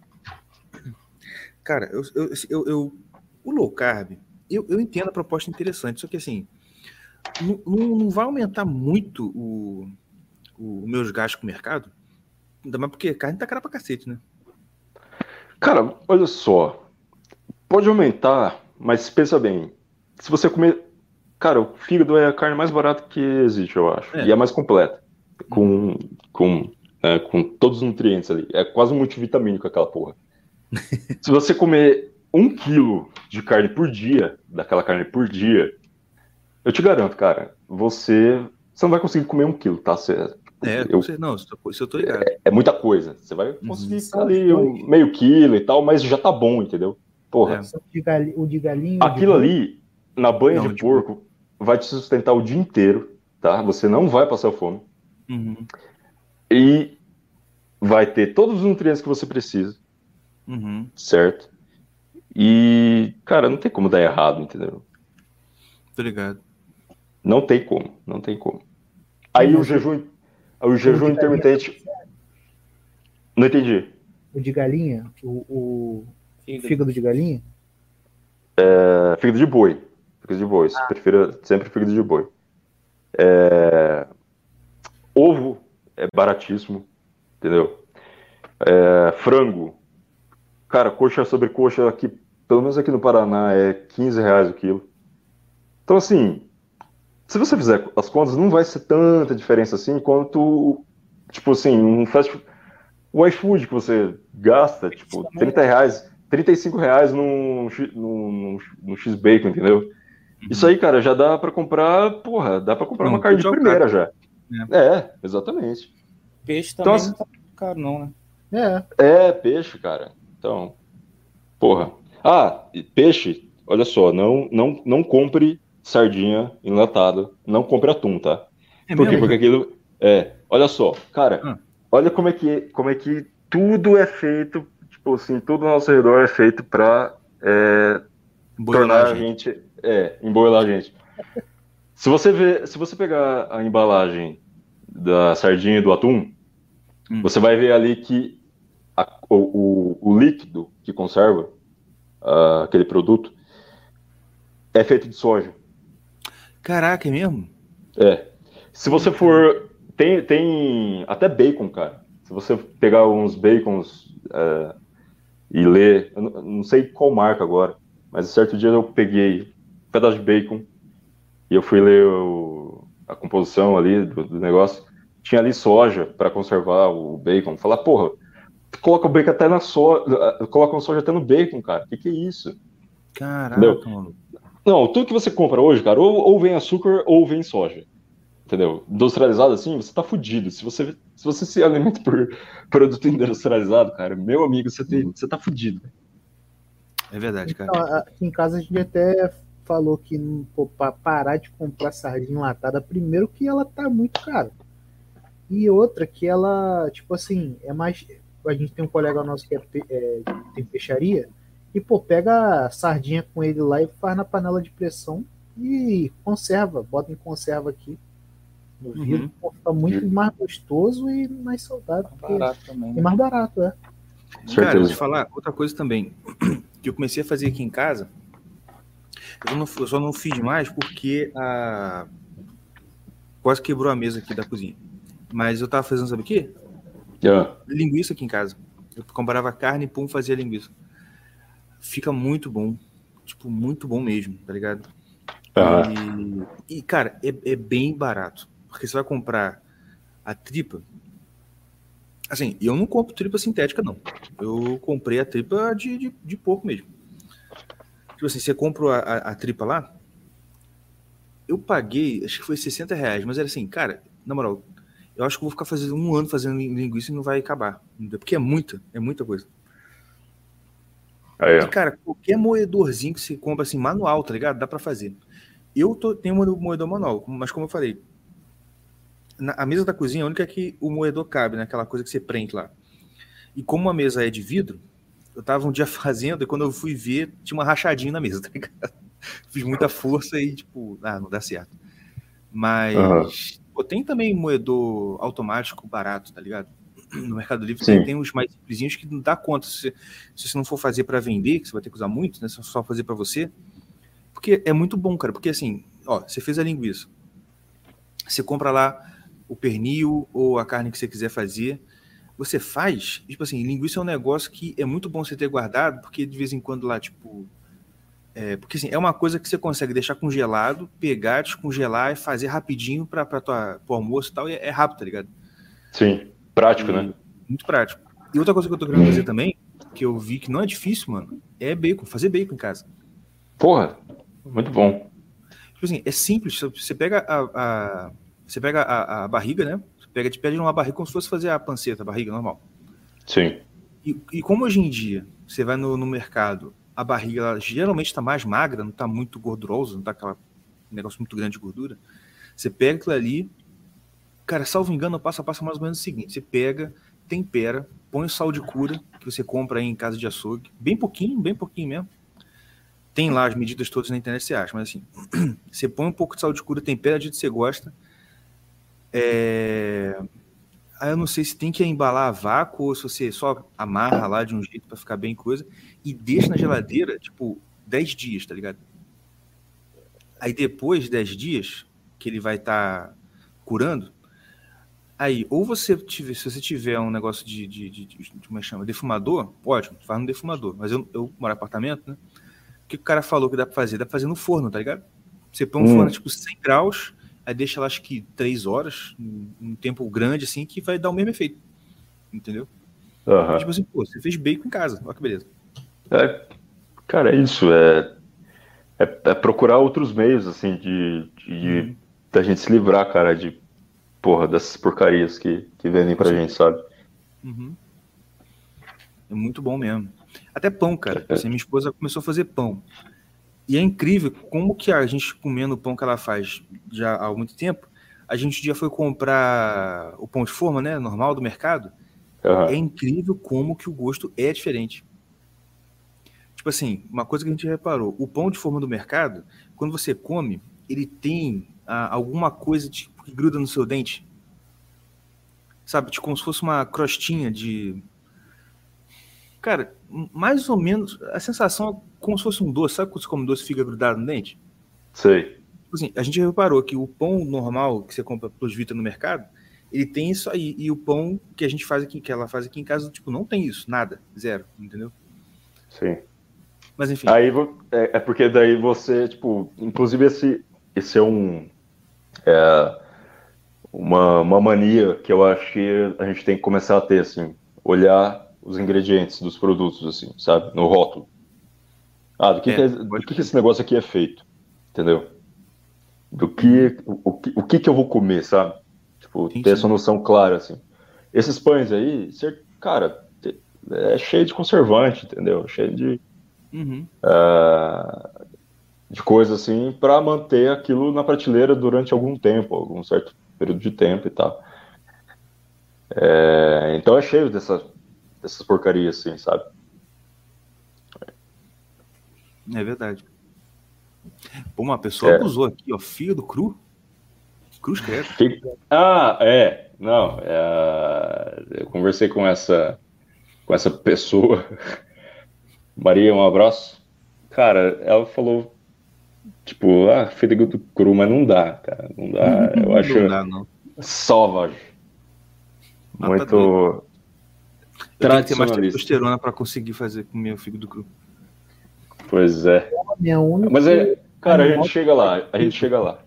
Cara, eu, eu, eu, eu- o low carb, eu, eu entendo a proposta interessante, só que assim, não, não, não vai aumentar muito o, o meus gastos com o mercado? Ainda mais porque carne tá cara pra cacete, né? Cara, olha só. Pode aumentar, mas pensa bem. Se você comer. Cara, o fígado é a carne mais barata que existe, eu acho. É. E é mais completa. Com, com, é, com todos os nutrientes ali. É quase um multivitamínico aquela porra. Se você comer um quilo de carne por dia, daquela carne por dia, eu te garanto, cara, você, você não vai conseguir comer um quilo, tá? Você, É, eu- você, não, isso eu- isso eu tô ligado. é muita coisa. Você vai conseguir São ali os um dois. meio quilo e tal, mas já tá bom, entendeu? Porra, É. Só de gali- O de galinha. o de aquilo boi. ali, na banha Não, de tipo- porco, vai te sustentar o dia inteiro, tá? Você não vai passar fome. Uhum, E vai ter todos os nutrientes que você precisa, uhum. certo? E, cara, não tem como dar errado, entendeu? Tô ligado. Não tem como, não tem como. Aí o jejum, o jejum de galinha. intermitente. Não entendi. O de galinha, o, o Fígado. fígado de galinha. É, fígado de boi. Fígado de boi. Você prefira sempre fígado de boi. É, ovo é baratíssimo, entendeu? É, frango. Cara, coxa sobre coxa aqui, pelo menos aqui no Paraná, é quinze reais o quilo. Então, assim, se você fizer as contas, não vai ser tanta diferença assim quanto, tipo assim, um fast food. O iFood que você gasta, tipo, trinta reais, trinta e cinco reais num, X- num, num X-Bacon, entendeu? Isso aí, cara, já dá pra comprar, porra, dá pra comprar Não, uma carne de tudo é o primeira já. É. É, exatamente. Peixe Então, também assim- não tá muito caro, não, né? É. É, peixe, cara. Então, porra. Ah, e peixe, olha só, não, não, não compre sardinha enlatada, não compre atum, tá? É Por quê? mesmo? Porque aquilo. É, olha só, cara, Ah. olha como é, que, como é que tudo é feito, tipo assim, tudo ao nosso redor é feito pra é, Boiolar, tornar a gente. gente. É, emboilar a gente. Se você ver, se você pegar a embalagem da sardinha e do atum, Hum. você vai ver ali que a- o, o- o líquido que conserva ah, aquele produto é feito de soja. Caraca, é mesmo? É. Se você for. Tem, tem até bacon, cara. Se você pegar uns bacons é, e ler. Eu não, não sei qual marca agora, mas certo dia eu peguei um pedaço de bacon e eu fui ler o- a composição ali do, do negócio. Tinha ali soja para conservar o bacon. Falar, porra, colocam bacon até na soja, colocam soja até no bacon, cara. O que, que é isso? Caraca, Entendeu? mano. Não, tudo que você compra hoje, cara, ou, ou vem açúcar ou vem soja. Entendeu? Industrializado assim, você tá fudido. Se você se, você se alimenta por produto industrializado, cara, meu amigo, você, tem, você tá fudido. É verdade, cara. Então, aqui em casa a gente até falou que pô, pra parar de comprar sardinha enlatada, primeiro que ela tá muito cara. E outra que ela, tipo assim, é mais. A gente tem um colega nosso que é, é, tem peixaria, e pô, pega a sardinha com ele lá e faz na panela de pressão e conserva, bota em conserva aqui no vidro, Uhum. fica muito mais gostoso e mais saudável. porque- Barato também. E Né? mais barato, é. Cara, Certeza. eu vou te falar outra coisa também. Que eu comecei a fazer aqui em casa. Eu, não, eu só não fiz mais porque a... quase quebrou a mesa aqui da cozinha. Mas eu tava fazendo, sabe o quê? Yeah. Linguiça aqui em casa. Eu comprava carne e pum, fazia linguiça. Fica muito bom. Tipo, muito bom mesmo, tá ligado? Aham. E, e, cara, é, é bem barato. Porque você vai comprar a tripa. Assim, eu não compro tripa sintética, não. Eu comprei a tripa de, de, de porco mesmo. Tipo assim, você compra a, a, a tripa lá, eu paguei, acho que foi sessenta reais, mas era assim, cara, na moral, eu acho que eu vou ficar fazendo um ano fazendo linguiça e não vai acabar. Porque é muita, é muita coisa. Aí, E, ó. cara, qualquer moedorzinho que você compra assim, manual, tá ligado? Dá pra fazer. Eu tô, tenho um moedor manual, mas como eu falei, na, a mesa da cozinha é a única que o moedor cabe, né? Aquela coisa que você prende lá. E como a mesa é de vidro, eu tava um dia fazendo e quando eu fui ver, tinha uma rachadinha na mesa, tá ligado? Fiz muita força e, tipo, ah, não dá certo. Mas, Aham. pô, tem também moedor automático barato, tá ligado? No Mercado Livre Sim. tem, tem uns mais simplesinhos que não dá conta. Se, se você não for fazer pra vender, que você vai ter que usar muito, né? Se você só fazer pra você. Porque é muito bom, cara. Porque assim, ó, você fez a linguiça. Você compra lá o pernil ou a carne que você quiser fazer. Você faz, tipo assim, linguiça é um negócio que é muito bom você ter guardado, porque de vez em quando lá, tipo... É, porque assim, é uma coisa que você consegue deixar congelado, pegar, descongelar e fazer rapidinho para tua pro almoço e tal, e é, é rápido, tá ligado? Sim. Prático, E, né? muito prático. E outra coisa que eu tô querendo fazer também, que eu vi que não é difícil, mano, é bacon, fazer bacon em casa. Porra, muito bom. Tipo assim, é simples, você pega a, a você pega a, a barriga, né? Você pega, te pede uma barriga como se fosse fazer a panceta, a barriga normal. Sim. E, e como hoje em dia você vai no, no mercado, a barriga ela geralmente está mais magra, não está muito gordurosa, não está aquele negócio muito grande de gordura. Você pega aquilo ali, cara, salvo engano, passo a passo mais ou menos o seguinte: você pega, tempera, põe o sal de cura que você compra aí em casa de açougue, bem pouquinho, bem pouquinho mesmo. Tem lá as medidas todas na internet, você acha, mas assim, você põe um pouco de sal de cura, tempera do jeito que você gosta. É... Aí eu não sei se tem que embalar a vácuo ou se você só amarra lá de um jeito para ficar bem coisa e deixa na geladeira, tipo, dez dias, tá ligado? Aí depois de dez dias, que ele vai estar tá curando, aí, ou você tiver, se você tiver um negócio de, de, de, de, de como é que chama? Defumador, ótimo, faz no defumador. Mas eu, eu moro em apartamento, né? O que o cara falou que dá pra fazer? Dá pra fazer no forno, tá ligado? Você põe um Hum. forno, tipo, cem graus, aí deixa lá, acho que três horas, um tempo grande, assim, que vai dar o mesmo efeito. Entendeu? Aham. Tipo assim, pô, você fez bacon em casa, olha que beleza. É, cara, é isso. É, é, é procurar outros meios, assim, de, de Uhum. da gente se livrar, cara, de porra, dessas porcarias que, que vendem pra Sim. gente, sabe? Uhum. É muito bom mesmo. Até pão, cara. Assim, minha esposa começou a fazer pão. E é incrível como que a gente comendo o pão que ela faz já há muito tempo, a gente um dia foi comprar o pão de forma, né, normal do mercado. Aham. É incrível como que o gosto é diferente. Tipo assim, uma coisa que a gente reparou, o pão de forma do mercado, quando você come, ele tem ah, alguma coisa tipo, que gruda no seu dente. Sabe? Tipo como se fosse uma crostinha de... Cara, mais ou menos, a sensação é como se fosse um doce. Sabe quando você come doce e fica grudado no dente? Sei. Tipo assim, a gente reparou que o pão normal que você compra Plus Vita no mercado, ele tem isso aí. E o pão que a gente faz aqui, que ela faz aqui em casa, tipo, não tem isso. Nada. Zero. Entendeu? Sim. Mas enfim. Aí vo- é, é porque daí você, tipo, inclusive esse, esse é um é, uma, uma mania que eu acho que a gente tem que começar a ter, assim, olhar os ingredientes dos produtos, assim, sabe? No rótulo. Ah, do que, É, que, é, do que, que esse negócio aqui é feito, entendeu? Do que, o, o, que- o que que eu vou comer, sabe? Tipo, Sim, ter sim. essa noção clara, assim. Esses pães aí, você- cara, é cheio de conservante, entendeu? Cheio de, Uhum. ah, de coisa, assim, para manter aquilo na prateleira durante algum tempo, algum certo período de tempo e tal. É, então é cheio dessa, dessas porcarias, assim, sabe? É verdade. Pô, uma pessoa É. abusou aqui, ó. Fígado cru? Cruz credo. Fica- Ah, é. Não, é, eu conversei com essa, com essa pessoa. Maria, um abraço. Cara, ela falou, tipo, ah, fígado cru, mas não dá, cara. Não dá. Eu acho Não dá, não. salvage. Ah, tá doido. Muito Eu tenho que ter mais tradicionalista. testosterona pra conseguir fazer com o meu fígado cru. Pois é. Minha única Mas é, cara, a gente animal chega lá, a gente chega lá.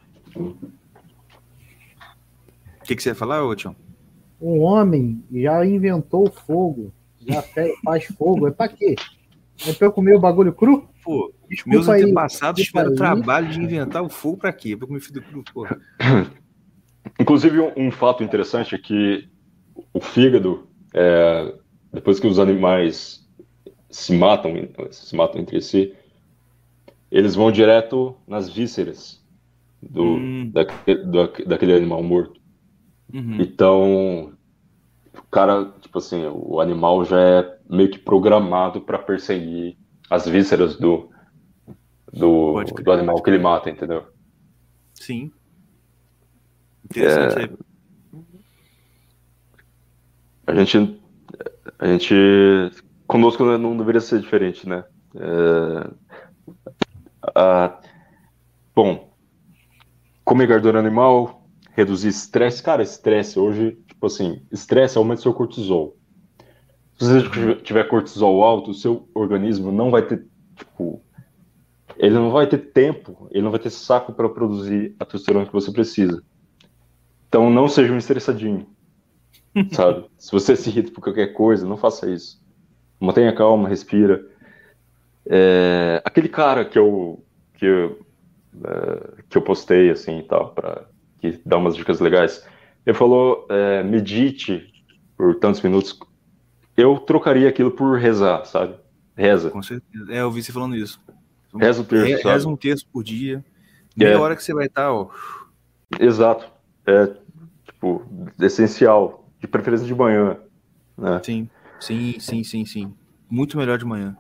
O que, que você ia falar, ô Tião? um homem já inventou o fogo, já fe- faz fogo, é pra quê? É pra eu comer o bagulho cru? Pô, Desculpa meus aí, antepassados desculpa tiveram o aí. trabalho de inventar o fogo pra quê? Pra comer fígado cru, porra. Inclusive, um, um fato interessante é que o fígado, é, depois que os animais se matam, se matam entre si, eles vão direto nas vísceras do, Hum. daquele, do- daquele animal morto. Uhum. Então, o cara, tipo assim, o animal já é meio que programado para perseguir as vísceras do, do, Pode crer, do animal pode que ele mata, entendeu? Sim. Interessante. É... A gente, a gente, conosco não deveria ser diferente, né? É, a- bom, comer gordura animal, reduzir estresse. Cara, estresse hoje, tipo assim, estresse aumenta seu cortisol. Se você tiver cortisol alto, o seu organismo não vai ter, tipo, ele não vai ter tempo, ele não vai ter saco para produzir a testosterona que você precisa. Então não seja um estressadinho, sabe? Se você se irrita por qualquer coisa, não faça isso. Mantenha calma, respira. É, aquele cara que eu, que eu, é, que eu postei, assim, e tal, para que dá umas dicas legais, ele falou, é, medite por tantos minutos. Eu trocaria aquilo por rezar, sabe? Reza. Com certeza. É, eu vi você falando isso. Reza o terço, Re- sabe? Reza um terço por dia. Meia É. hora que você vai estar, ó. Exato. É, tipo, essencial. De preferência de manhã, né? Sim, sim, sim, sim, sim. Muito melhor de manhã.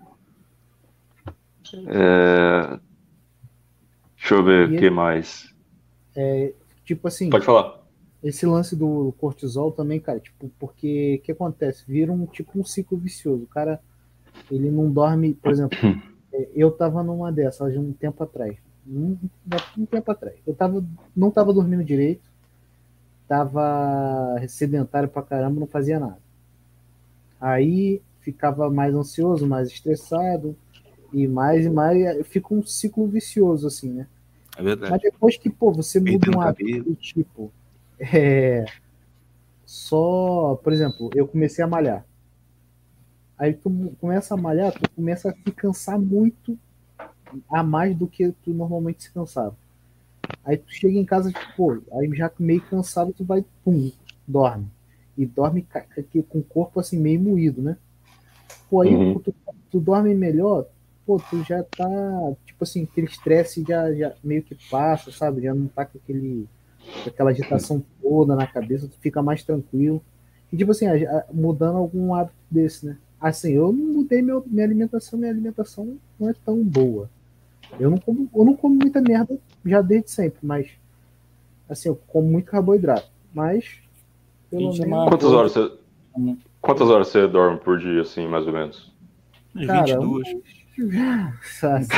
É... Deixa eu ver o E que mais. Tipo assim, Pode falar. esse lance do cortisol também, cara, tipo, porque o que acontece? Vira um tipo um ciclo vicioso. O cara, ele não dorme, por exemplo, é, eu tava numa dessas de um tempo atrás. Um, um tempo atrás. Eu tava, não tava dormindo direito, tava sedentário pra caramba, não fazia nada. Aí ficava mais ansioso, mais estressado, e mais e mais, fica um ciclo vicioso, assim, né? É verdade. Mas depois que, pô, você muda Perdendo um hábito cabelo. do tipo, é, só, por exemplo, eu comecei a malhar. Aí tu começa a malhar, tu começa a se cansar muito a mais do que tu normalmente se cansava. Aí tu chega em casa, tipo, pô, aí já meio cansado, tu vai, pum, dorme. E dorme ca- ca- com o corpo assim meio moído, né? Pô, aí Uhum. tu, tu dorme melhor, pô, tu já tá, tipo assim, aquele estresse já, já meio que passa, sabe? Já não tá com aquele, com aquela agitação toda na cabeça, tu fica mais tranquilo. E tipo assim, a- a- mudando algum hábito desse, né? Assim, eu não mudei meu, minha alimentação, minha alimentação não é tão boa. Eu não como, eu não como muita merda já desde sempre, mas assim, eu como muito carboidrato. Mas, pelo Gente, menos. mas- Quantas horas você, Hum. quantas horas você dorme por dia, assim, mais ou menos? Uns Cara, vinte e duas. sabe,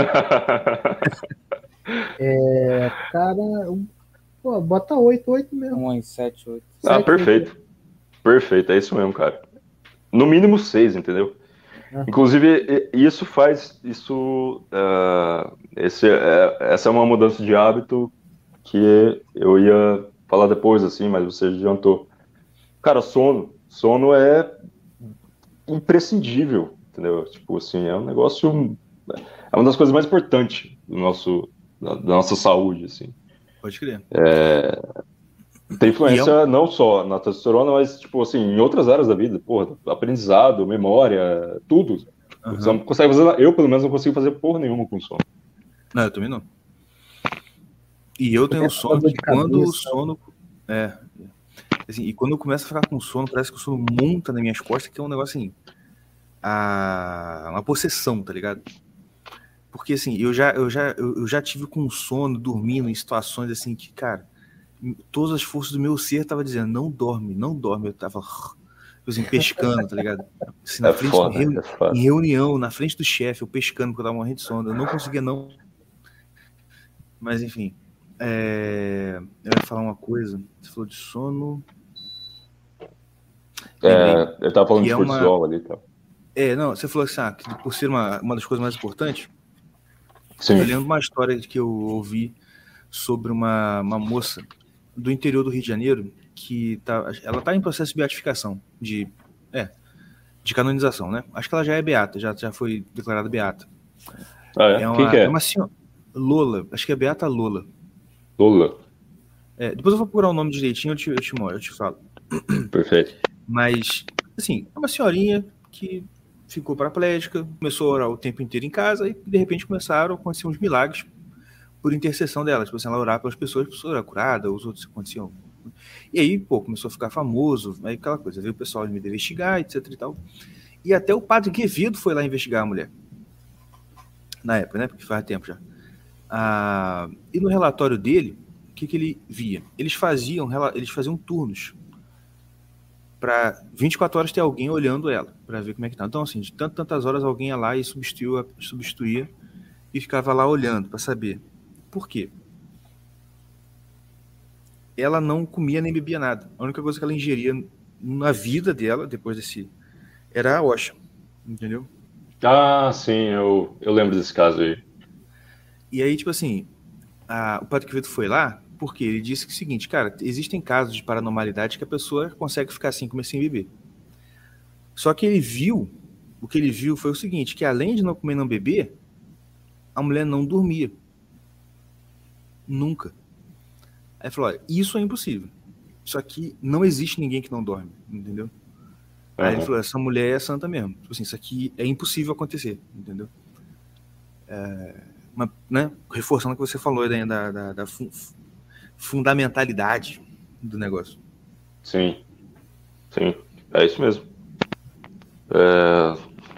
é, cara, um- pô, bota oito, oito mesmo. Umas sete, oito. Ah, Sete, perfeito. Perfeito, é isso mesmo, cara. No mínimo seis, entendeu? Ah. Inclusive, e- isso faz. Isso. ah, esse, é, essa é uma mudança de hábito que eu ia falar depois, assim, mas você adiantou. Cara, sono. Sono é imprescindível, entendeu? Tipo assim, é um negócio, é uma das coisas mais importantes do nosso, da, da nossa saúde, assim. Pode crer. É, tem influência E é um- não só na testosterona, mas, tipo assim, em outras áreas da vida, porra, aprendizado, memória, tudo. Tipo, Aham. você não consegue fazer, eu pelo menos não consigo fazer porra nenhuma com sono. Não, eu também não. E eu tenho um sono dor que de quando o cabeça. sono. É. Assim, e quando eu começo a ficar com sono, parece que o sono monta nas minhas costas, que é um negócio assim. A... Uma possessão, tá ligado? Porque assim, eu já, eu, já, eu, eu já tive com sono, dormindo em situações assim que, cara, todas as forças do meu ser tava dizendo, não dorme, não dorme. Eu tava tipo assim, pescando, tá ligado? Assim, na É frente, foda, em, reuni- é foda. em reunião, na frente do chefe, eu pescando, porque eu tava morrendo de sono. Eu não conseguia não. Mas enfim. É... Eu ia falar uma coisa. Você falou de sono. Lembrei. É, eu tava falando Que de é uma. cortisol ali, tá? É, não, você falou assim, ah, que por ser uma, uma das coisas mais importantes, Sim. eu lembro uma história que eu ouvi sobre uma, uma moça do interior do Rio de Janeiro que tá, ela tá em processo de beatificação, de, é, de canonização, né? Acho que ela já é beata, já, já foi declarada beata. Ah, é? É Quem uma, que é? é uma senhora, Lola, acho que é Beata Lola. Lula. É, depois eu vou procurar o nome direitinho, eu te, eu te, eu te falo. Perfeito. Mas, assim, é uma senhorinha que ficou paraplégica, começou a orar o tempo inteiro em casa e, de repente, começaram a acontecer uns milagres por intercessão dela. Tipo assim, ela orar pelas pessoas, a pessoa era curada, os outros aconteciam. E aí, pô, começou a ficar famoso, aí aquela coisa, veio o pessoal me investigar, etc e tal. E até o padre Quevedo foi lá investigar a mulher. Na época, né? Porque faz tempo já. Ah, e no relatório dele, o que, que ele via? Eles faziam, eles faziam turnos para vinte e quatro horas ter alguém olhando ela, para ver como é que tá. Então, assim, de tantas, tantas horas alguém ia lá e substituía, substituía e ficava lá olhando para saber. Por quê? Ela não comia nem bebia nada. A única coisa que ela ingeria na vida dela, depois desse, era a Osha, entendeu? Ah, sim, eu, eu lembro desse caso aí. E aí, tipo assim, a, o Padre Quevedo foi lá porque ele disse que é o seguinte, cara, existem casos de paranormalidade que a pessoa consegue ficar assim, comer sem beber. Só que ele viu, o que ele viu foi o seguinte, que além de não comer e não beber, a mulher não dormia. Nunca. Aí falou, olha, isso é impossível. Só que não existe ninguém que não dorme, entendeu? Aí Uhum. ele falou, essa mulher é santa mesmo. Tipo assim, isso aqui é impossível acontecer, entendeu? É, uma, né, reforçando o que você falou né, da, da, da fun fundamentalidade do negócio. Sim, sim, é isso mesmo. É...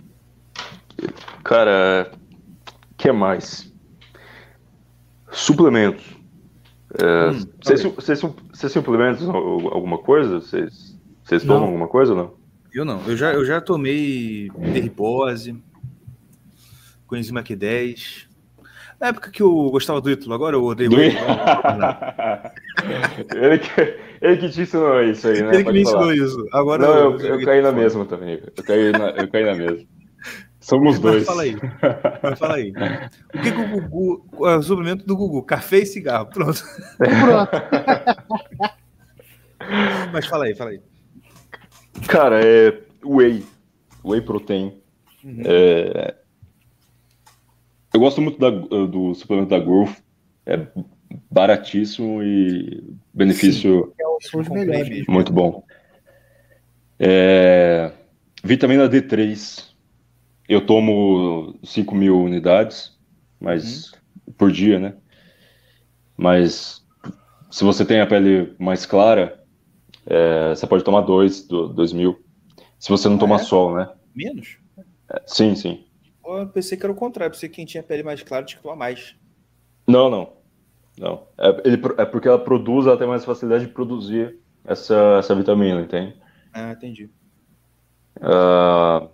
Cara, o que mais? Suplementos. É, Hum, vocês, falei. vocês, vocês suplementam alguma coisa? Vocês, vocês tomam Não. alguma coisa ou não? Eu não. Eu já, eu já tomei derripose, coenzima Q dez. Na época que eu gostava do Ítalo, agora eu odeio Do... ele. ele, que, ele que te ensinou isso aí, né? Ele que Pode me falar. ensinou isso. Agora não, eu, eu, eu caí na mesma também. Eu caí na, eu caí na mesma. Somos dois. Mas fala aí. Mas fala aí. O que, que o Gugu. O suplemento do Gugu? Café e cigarro. Pronto. Pronto. Mas fala aí, fala aí. Cara, é whey. Whey protein. Uhum. É... Eu gosto muito da, do suplemento da Growth. É baratíssimo e benefício São os melhores. muito bom. É... Vitamina D três. Eu tomo cinco mil unidades, mas uhum. por dia, né? Mas se você tem a pele mais clara, é, você pode tomar dois, dois mil. Se você não ah, tomar é? sol, né? Menos? É, sim, sim. Eu pensei que era o contrário. Pensei que quem tinha pele mais clara tinha que tomar mais. Não, não. Não. É, ele, é porque ela produz, ela tem mais facilidade de produzir essa, essa vitamina, entende? Ah, entendi. Uh,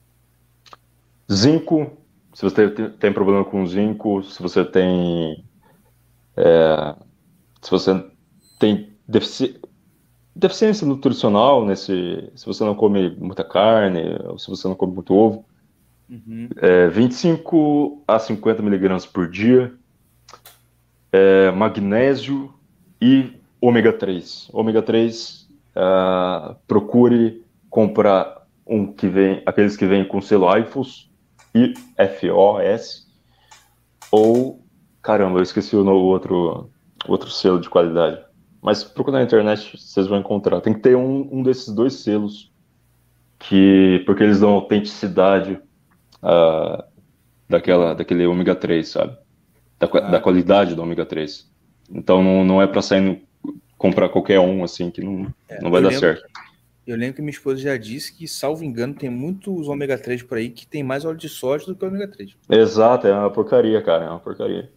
zinco, se você tem, tem problema com zinco, se você tem é, se você tem defici, deficiência nutricional, nesse, se você não come muita carne, ou se você não come muito ovo, uhum. é, vinte e cinco a cinquenta miligramas por dia, é, magnésio e ômega três. Ômega três, uh, procure comprar um que vem, aqueles que vêm com selo I F O S, I F O S, ou, caramba, eu esqueci o outro, outro selo de qualidade. Mas procura na internet, vocês vão encontrar. Tem que ter um, um desses dois selos, que, porque eles dão autenticidade uh, daquela, daquele ômega três, sabe? Da, ah. da qualidade do ômega três. Então não, não é para sair no, comprar qualquer um, assim, que não, é, não vai dar lembro, certo. Eu lembro que minha esposa já disse que, salvo engano, tem muitos ômega três por aí que tem mais óleo de soja do que ômega três. Exato, é uma porcaria, cara, é uma porcaria.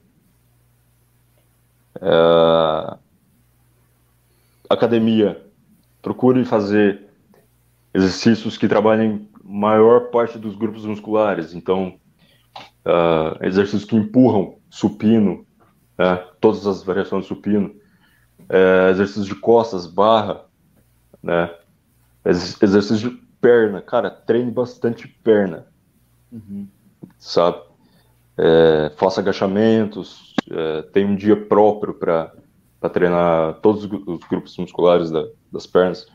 É... Academia, procure fazer exercícios que trabalhem maior parte dos grupos musculares. Então, uh, exercícios que empurram, supino, né, todas as variações de supino, uh, exercícios de costas, barra, né, Ex- exercício de perna. Cara, treine bastante perna, uhum. sabe? É, faça agachamentos, é, tem um dia próprio para para treinar todos os grupos musculares da, das pernas.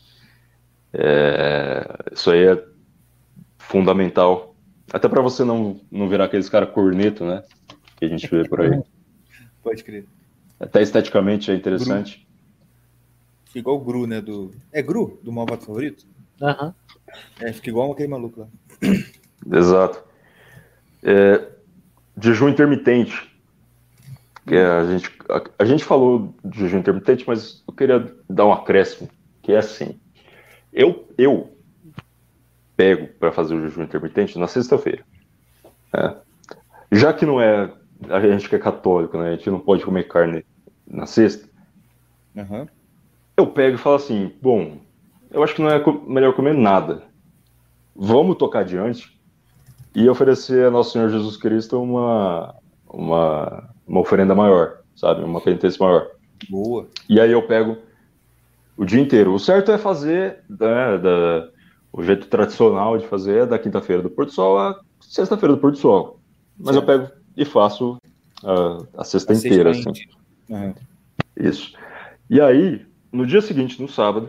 É, isso aí é fundamental. Até para você não, não virar aqueles caras corneto, né? Que a gente vê por aí. Pode crer. Até esteticamente é interessante. Gru. Fica igual o Gru, né? Do... É Gru? Do Malvado Favorito? Aham. Uhum. É, fica igual aquele maluco lá. Exato. É, jejum intermitente. Que a, gente, a, a gente falou de jejum intermitente, mas eu queria dar um acréscimo, que é assim, eu, eu pego para fazer o jejum intermitente na sexta-feira. Né? Já que não é, a gente que é católico, né? A gente não pode comer carne na sexta, uhum. eu pego e falo assim, bom, eu acho que não é melhor comer nada. Vamos tocar adiante e oferecer a Nosso Senhor Jesus Cristo uma... uma uma oferenda maior, sabe? Uma penitência maior. Boa. E aí eu pego o dia inteiro. O certo é fazer, né, da, o jeito tradicional de fazer é da quinta-feira do pôr do sol à sexta-feira do pôr do sol. Mas certo. Eu pego e faço a, a sexta a inteira, sexta assim. Uhum. Isso. E aí, no dia seguinte, no sábado,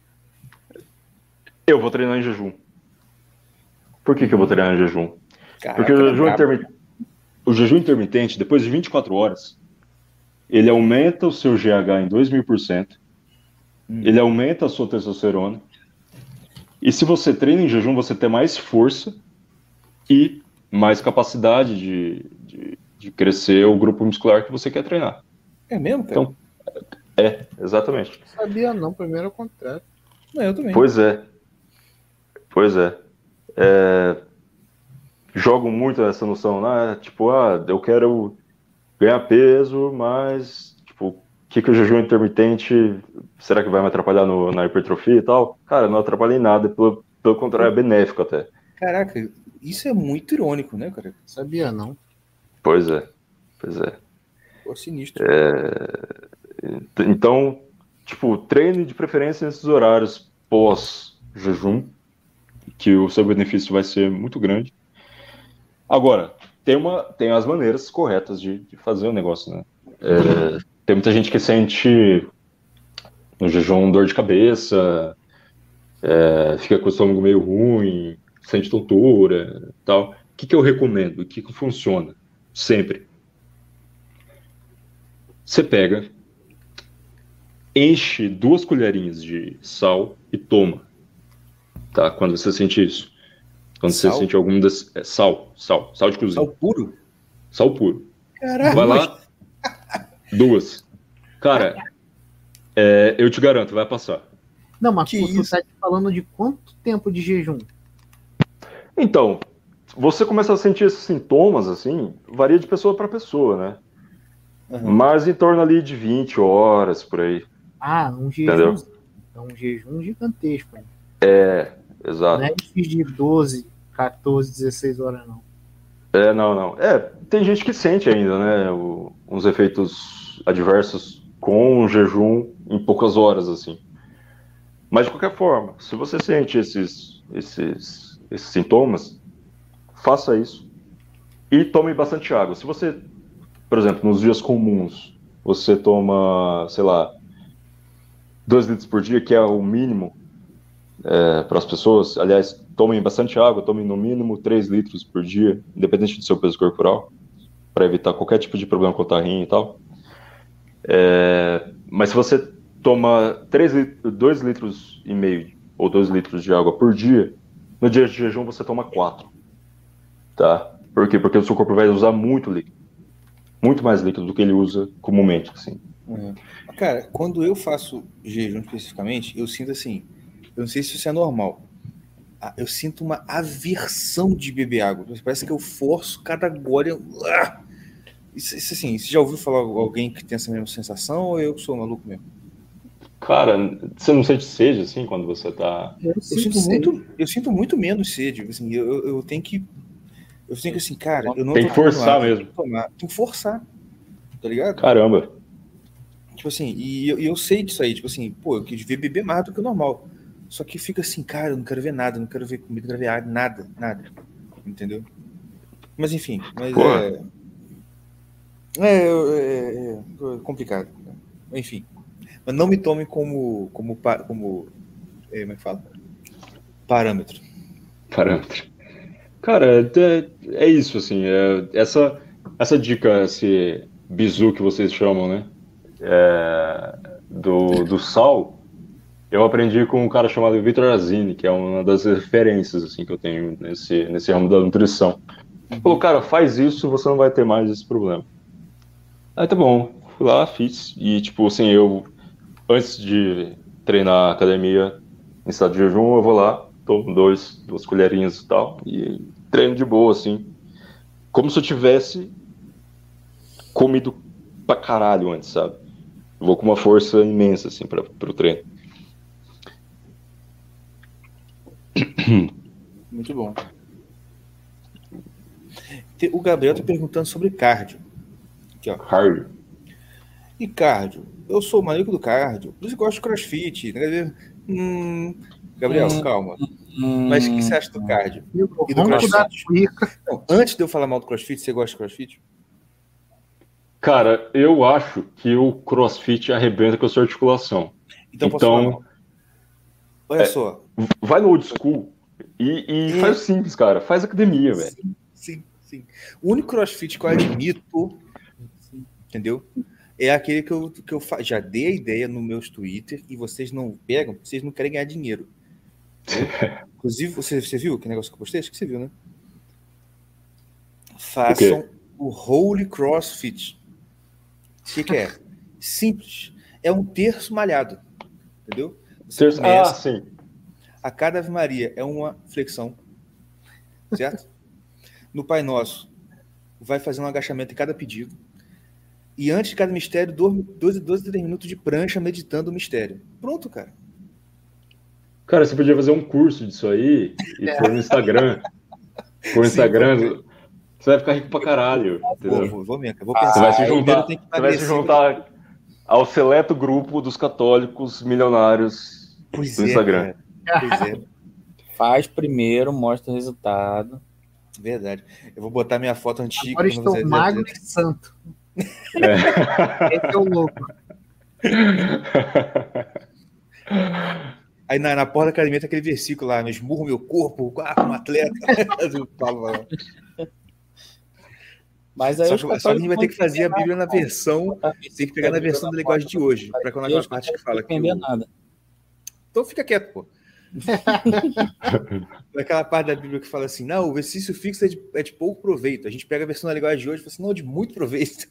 eu vou treinar em jejum. Por que que eu vou treinar em jejum? Caraca, Porque o jejum intermitente O jejum intermitente, depois de vinte e quatro horas, ele aumenta o seu G H em dois mil por cento, hum. ele aumenta a sua testosterona, e se você treina em jejum, você tem mais força e mais capacidade de, de, de crescer o grupo muscular que você quer treinar. É mesmo, cara? Então, é, exatamente. Não sabia não, primeiro ao contrário. Não, eu também. Pois é. Pois é. É... Jogam muito essa noção, né? Tipo, ah, eu quero ganhar peso, mas, tipo, o que, que o jejum intermitente, será que vai me atrapalhar no, na hipertrofia e tal? Cara, não atrapalha em nada, pelo, pelo contrário, é benéfico até. Caraca, isso é muito irônico, né, cara? Sabia não. Pois é, pois é. Pô, sinistro. É... Então, tipo, treine de preferência nesses horários pós-jejum, que o seu benefício vai ser muito grande. Agora, tem, uma, tem as maneiras corretas de, de fazer o negócio, né? É, tem muita gente que sente no jejum dor de cabeça, é, fica com o estômago meio ruim, sente tontura e tal. O que, que eu recomendo? O que, que funciona? Sempre. Você pega, enche duas colherinhas de sal e toma, tá? Quando você sente isso. Quando sal? Você sente algum desses... É, sal, sal, sal de cozinha. Sal puro? Sal puro. Caralho. Vai lá, duas. Cara, é, eu te garanto, vai passar. Não, mas que tu tá falando de quanto tempo de jejum? Então, você começa a sentir esses sintomas, assim, varia de pessoa para pessoa, né? Uhum. Mas em torno ali de vinte horas, por aí. Ah, um jejum. É um jejum gigantesco. Né? É, exato. Não é esses de doze, quatorze, dezesseis horas, não. É, não, não. É, tem gente que sente ainda, né, o, uns efeitos adversos com o jejum em poucas horas, assim. Mas, de qualquer forma, se você sente esses, esses, esses sintomas, faça isso e tome bastante água. Se você, por exemplo, nos dias comuns, você toma, sei lá, dois litros por dia, que é o mínimo é, para as pessoas. Aliás, tomem bastante água, tomem no mínimo três litros por dia, independente do seu peso corporal, para evitar qualquer tipo de problema com a rim e tal. É, mas se você toma dois litros e meio ou dois litros de água por dia, no dia de jejum você toma quatro. Tá? Por quê? Porque o seu corpo vai usar muito líquido. Muito mais líquido do que ele usa comumente, assim. Uhum. Cara, quando eu faço jejum especificamente, eu sinto assim, eu não sei se isso é normal, eu sinto uma aversão de beber água. Parece que eu forço cada gole. Eu... Isso, isso assim, você já ouviu falar alguém que tem essa mesma sensação ou eu sou maluco mesmo? Cara, você não sente sede assim quando você tá... Eu, eu sinto muito, eu sinto muito menos sede, assim, eu, eu, eu tenho que eu tenho que assim, cara, eu não tem tô que forçar água, mesmo. Tem que, tomar, tem que forçar, tá ligado? Caramba. Tipo assim, e eu, eu sei disso aí, tipo assim, pô, eu devia beber mais do que o normal. Só que fica assim, cara, eu não quero ver nada, não quero ver comida, não quero ver água, nada, nada. Entendeu? Mas enfim, mas pô. é... É, é, é complicado. Enfim. Mas não me tome como. como, como é, como é que fala? Parâmetro. Parâmetro. Cara, é, é isso, assim. É, essa, essa dica, esse bizu que vocês chamam, né? É, do, do sal, eu aprendi com um cara chamado Vitor Azzini, que é uma das referências assim, que eu tenho nesse, nesse ramo da nutrição. Ele falou, cara, faz isso, você não vai ter mais esse problema. Aí tá bom, fui lá, fiz. E tipo assim, eu antes de treinar a academia em estado de jejum, eu vou lá, tomo dois, duas colherinhas e tal, e treino de boa, assim. Como se eu tivesse comido pra caralho antes, sabe? Eu vou com uma força imensa, assim, pra, pro treino. Muito bom. O Gabriel tá perguntando sobre cardio. Aqui, ó. Cardio. E cardio? Eu sou o maníaco do cardio, por isso eu gosto de crossfit. Né? Hum, Gabriel, hum, calma. Hum, Mas o que você acha do cardio? E do crossfit? Não, antes de eu falar mal do crossfit, você gosta de crossfit? Cara, eu acho que o crossfit arrebenta com a sua articulação. Então, posso então falar mal? Olha é, só. Vai no old school e, e é. faz o simples, cara. Faz academia, velho. Sim, sim, sim. O único crossfit que eu admito, entendeu? É aquele que eu, que eu já dei a ideia no meus Twitter e vocês não pegam, vocês não querem ganhar dinheiro. Inclusive, você, você viu que negócio que eu postei? Acho que você viu, né? Façam o, o Holy CrossFit. O que, que é? Simples. É um terço malhado. Entendeu? Você terço... começa, ah, sim. A cada Ave Maria é uma flexão. Certo? No Pai Nosso, vai fazer um agachamento em cada pedido. E antes de cada mistério, doze, doze minutos de prancha meditando o mistério. Pronto, cara. Cara, você podia fazer um curso disso aí e é. pôr no Instagram. Pôr no Instagram, sim, você vai ficar rico pra caralho. Vou, vou, vou mesmo. Eu vou pensar. Você vai se juntar, você vai se juntar ao seleto grupo dos católicos milionários pois do é, Instagram. Cara. Pois é. Faz primeiro, mostra o resultado. Verdade. Eu vou botar minha foto antiga. Agora estou magro e santo. É. Esse é o louco. Aí na, na porta da academia tem aquele versículo lá, esmurro meu corpo como atleta. Mas aí só, que, só que a gente vai ter que fazer a Bíblia na versão, tem que pegar na versão da linguagem de hoje, para quando aquelas partes que fala que eu... nada. Então fica quieto, pô. Aquela parte da Bíblia que fala assim, não, o exercício fixo é de, é de pouco proveito. A gente pega a versão da linguagem de hoje e fala assim, não, de muito proveito.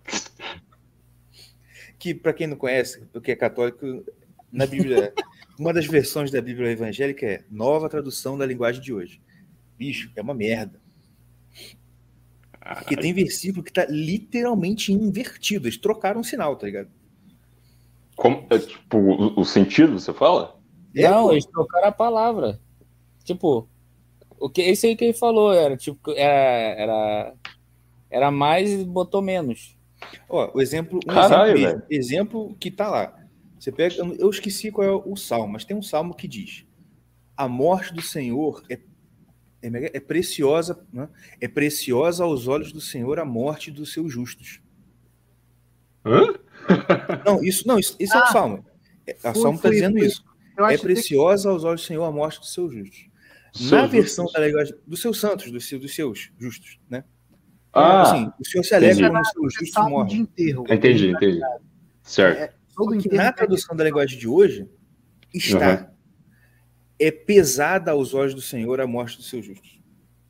Que, para quem não conhece, porque é católico, na Bíblia, uma das versões da Bíblia evangélica é nova tradução da linguagem de hoje. Bicho, é uma merda. Porque tem versículo que tá literalmente invertido. Eles trocaram o sinal, tá ligado? Como, é, tipo, o, o sentido, você fala? É, não, pô. Eles trocaram a palavra. Tipo, o que, esse aí que ele falou era, tipo, era, era, era mais e botou menos. Ó, o exemplo, um Caralho, exemplo, mesmo, exemplo que tá lá. Você pega, eu esqueci qual é o salmo, mas tem um salmo que diz: a morte do Senhor é, é, é preciosa, né? É preciosa aos olhos do Senhor a morte dos seus justos. Hã? Não, isso não, isso, isso ah, é o salmo. É, o salmo está dizendo fui, isso. Eu é acho preciosa aos olhos do Senhor a morte dos seus justos. Seus Na versão justos? da linguagem dos seus santos, dos seus, dos seus justos, né? Ah, Assim, o Senhor se alegra entendi. quando os seus que é justos salmo de morrem. enterro. Entendi, entendi. Certo. É, Só todo que enterro na é- tradução da linguagem de hoje, está. É pesada aos olhos do Senhor a morte dos seus justos.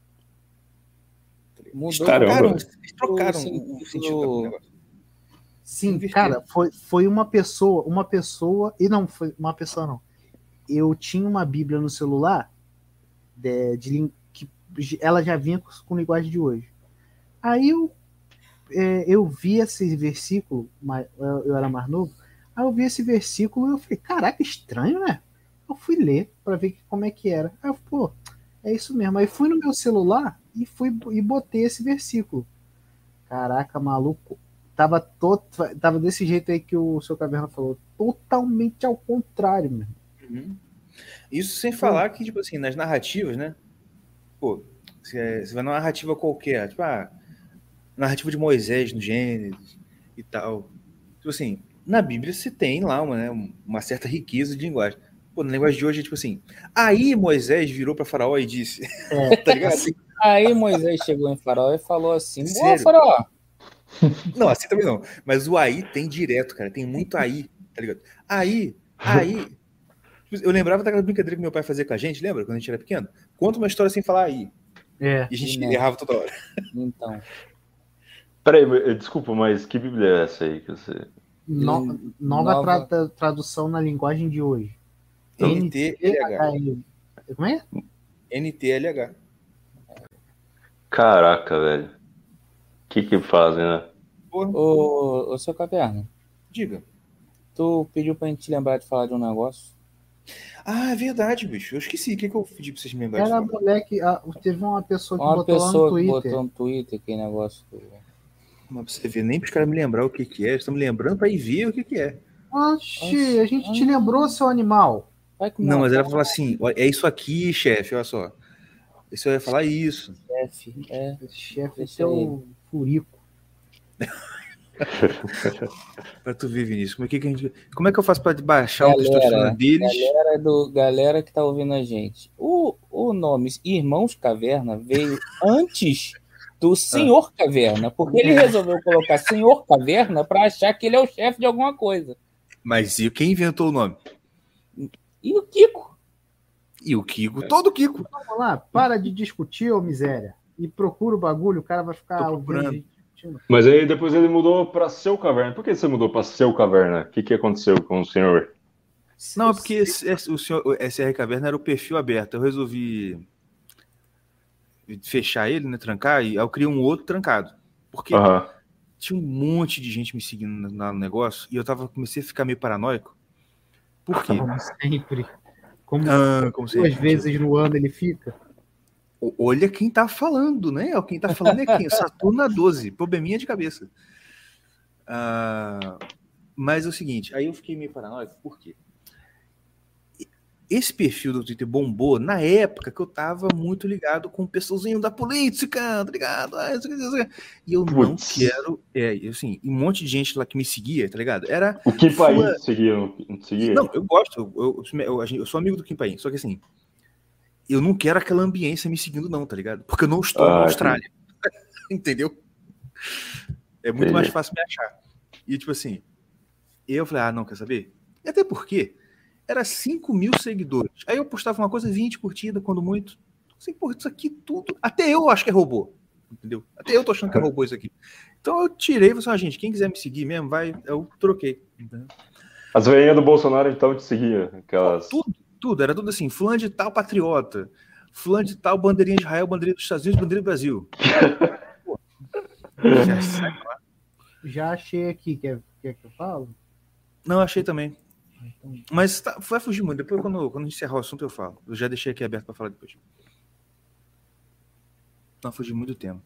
Eles Mudou trocaram, Caramba. eles trocaram o o, o sentido sentido do negócio. Sim, Inverteu. cara, foi, foi uma pessoa, uma pessoa, e não foi uma pessoa não. Eu tinha uma Bíblia no celular de, de lin- que ela já vinha com, com linguagem de hoje. Aí eu é, eu vi esse versículo, mas eu, eu era mais novo. Aí eu vi esse versículo e eu falei, caraca, estranho, né? Eu fui ler para ver como é que era. Aí eu, pô, é isso mesmo. Aí fui no meu celular e fui e botei esse versículo. Caraca, maluco. Tava, todo, tava desse jeito aí que o seu Caverna falou. Totalmente ao contrário, meu. Uhum. Isso sem falar que, tipo assim, nas narrativas, né? Pô, você vai numa narrativa qualquer, tipo, ah, narrativa de Moisés no Gênesis e tal. Tipo assim, na Bíblia se tem lá uma, né, uma certa riqueza de linguagem. Pô, no linguagem de hoje é tipo assim, aí Moisés virou pra Faraó e disse, É, tá ligado? Assim, aí Moisés chegou em Faraó e falou assim: Ô Sério? Faraó, Não, assim também não. Mas o aí tem direto, cara. Tem muito aí, tá ligado? Aí, aí. Eu lembrava daquela brincadeira que meu pai fazia com a gente, lembra? Quando a gente era pequeno? Conta uma história sem falar aí. é. E a gente E não. errava toda hora. então. Peraí, mas- desculpa, mas que Bíblia é essa aí que você. No- Lin- nova nova- tra- tradução na linguagem de hoje. N T L H. Como é? N T L H. Caraca, velho. O que que fazem, né? Porra, Ô, ô seu Caverna, diga. tu pediu pra gente lembrar de falar de um negócio? Ah, é verdade, bicho. Eu esqueci. O que, que eu pedi pra vocês me lembrarem? Era a mulher que. ah, teve uma pessoa que Uma botou lá no pessoa que Twitter. botou no Twitter aquele negócio. do- Mas pra você ver, nem pros caras me lembrar o que, que é. Estão me lembrando pra ir ver o que, que é. Oxi, a gente te lembrou, seu animal. Vai comer Não, uma mas era pra falar assim: ó, é isso aqui, chefe, olha só. Isso eu ia falar isso. chefe. É. Esse chefe Deixa é o furico. Pra tu ver, Vinícius. Como é que, que a gente... Como é que eu faço pra baixar o testosterona Galera, deles? galera, do, galera que tá ouvindo a gente. O, o nome Irmãos Caverna veio antes do Senhor Caverna, porque ele resolveu colocar Senhor Caverna pra achar que ele é o chefe de alguma coisa. Mas e quem inventou o nome? E o Kiko? E o Kiko, todo o Kiko. Vamos lá, para de discutir, ô miséria. E procura o bagulho, o cara vai ficar Tô ouvindo procurando. a gente discutindo. Mas aí depois ele mudou pra Seu Caverna. Por que você mudou pra Seu Caverna? O que que aconteceu com o senhor? Não, é porque esse, esse- o senhor, o S R Caverna era o perfil aberto. Eu resolvi fechar ele, né? Trancar, e aí eu criei um outro trancado. Porque Aham. tinha um monte de gente me seguindo no, no negócio e eu tava, comecei a ficar meio paranoico. Por quê? Como sempre. Como Ah, como duas sempre. vezes no ano ele fica. O- Olha quem tá falando, né? Quem tá falando é quem? Saturno doze, probleminha de cabeça. Ah, mas é o seguinte, aí eu fiquei meio paranoico, por quê? Esse perfil do Twitter bombou na época que eu tava muito ligado com o pessoalzinho da política, tá ligado? Ah, isso aqui, isso aqui. E eu não Putz. quero. É, e assim, e um monte de gente lá que me seguia, tá ligado? Era. O que Sua- país seguia? Não não seguia? Não, eu gosto, eu, eu, eu- eu sou amigo do Kim Paim, só que assim, eu não quero aquela ambiência me seguindo, não, tá ligado? Porque eu não estou Ah, na Austrália. Entendeu? É muito Entendi. mais fácil me achar. E tipo assim, eu falei, ah, não, quer saber? E até porque era cinco mil seguidores. Aí eu postava uma coisa, vinte curtidas, quando muito. Assim, pô, isso aqui tudo. Até eu acho que é robô. Entendeu? Até eu tô achando que é robô isso aqui. Então eu tirei e falei assim, ah, gente, quem quiser me seguir mesmo, vai. Eu troquei. Entendeu? As veinhas do Bolsonaro então te seguiam. Aquelas... Tudo, tudo. Era tudo assim, fulano de tal patriota. Fulano de tal, bandeirinha de Israel, bandeirinha dos Estados Unidos, bandeirinha do Brasil. Pô, já sai lá. Já achei aqui, quer, quer que eu falo? Não, achei também. Então, Mas tá, vai fugir muito. Depois, quando, quando encerrar o assunto, eu falo. Eu já deixei aqui aberto para falar depois. Não, fugir muito do tema.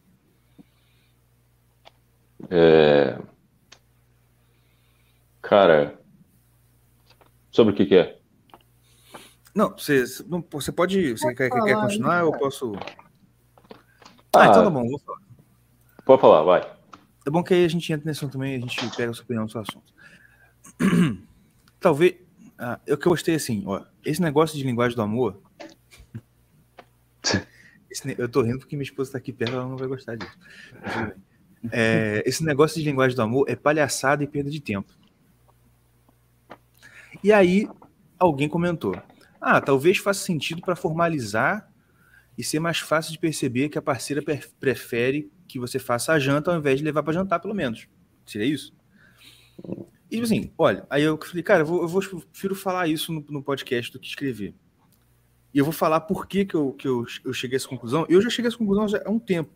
É... Cara, sobre o que que é? Não, você, não, você pode. Você quer, falar quer aí, continuar? cara. Eu posso. Ah, Ah, então tá bom. Vou falar. Pode falar, vai. É bom que aí a gente entra nesse assunto também, a gente pega a sua opinião no seu assunto. Talvez. Ah, eu que eu gostei assim, ó. esse negócio de linguagem do amor... esse, eu tô rindo porque minha esposa tá aqui perto, ela não vai gostar disso. É, esse negócio de linguagem do amor é palhaçada e perda de tempo. E aí, alguém comentou, ah, talvez faça sentido para formalizar e ser mais fácil de perceber que a parceira prefere que você faça a janta ao invés de levar para jantar, pelo menos. Seria isso? E tipo assim, olha, aí eu falei, cara, eu, vou, eu vou, prefiro falar isso no, no podcast do que escrever. E eu vou falar por que, que, eu, que eu, eu cheguei a essa conclusão. Eu já cheguei a essa conclusão já há um tempo.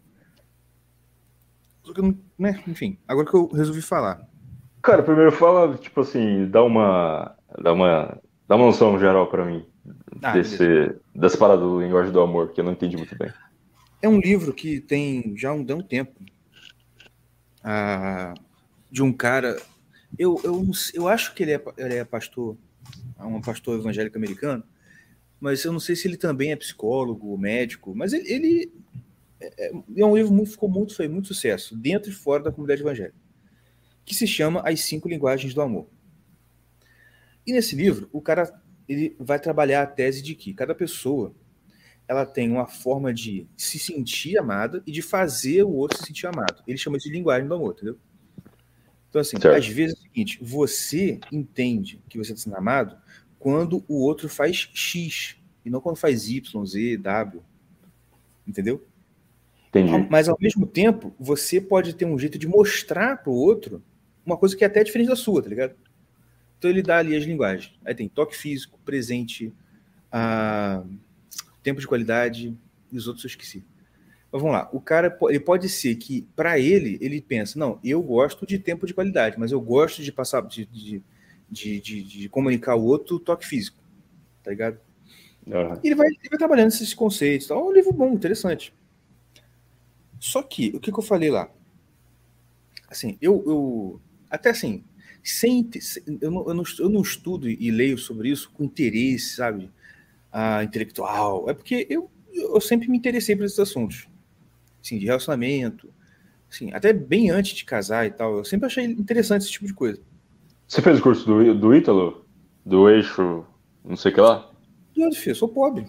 Só que eu não, né? Enfim, agora que eu resolvi falar. Cara, primeiro fala, tipo assim, dá uma, dá uma, dá uma noção geral para mim ah, desse, dessa parada do linguagem do amor, que eu não entendi muito bem. É um livro que tem já um, um tempo. Ah, de um cara... Eu, eu, eu acho que ele é, ele é pastor, um pastor evangélico americano, mas eu não sei se ele também é psicólogo, médico, mas ele, ele é, é um livro que ficou muito, foi muito sucesso, dentro e fora da comunidade evangélica, que se chama As Cinco Linguagens do Amor. E nesse livro, o cara ele vai trabalhar a tese de que cada pessoa ela tem uma forma de se sentir amada e de fazer o outro se sentir amado. Ele chama isso de linguagem do amor, entendeu? Então, assim, certo. Às vezes é o seguinte, você entende que você está sendo amado quando o outro faz X, e não quando faz Y, Z, W. Entendeu? Entendi. Mas, ao mesmo tempo, você pode ter um jeito de mostrar para o outro uma coisa que é até diferente da sua, tá ligado? Então, ele dá ali as linguagens. Aí tem toque físico, presente, a... tempo de qualidade, e os outros eu esqueci. Mas vamos lá, o cara ele pode ser que, para ele, ele pensa, não, eu gosto de tempo de qualidade, mas eu gosto de passar, de, de, de, de, de comunicar o outro toque físico, tá ligado? Uhum. E ele vai, ele vai trabalhando esses conceitos, tá? É um livro bom, interessante. Só que, o que, que eu falei lá? Assim, eu, eu até assim, sem, eu, não, eu, não, eu não estudo e leio sobre isso com interesse, sabe, ah, intelectual, é porque eu, eu sempre me interessei por esses assuntos. Assim, de relacionamento, assim, até bem antes de casar e tal, eu sempre achei interessante esse tipo de coisa. Você fez o curso do, do Ítalo? Do eixo, não sei o que lá? Eu fiz, sou pobre.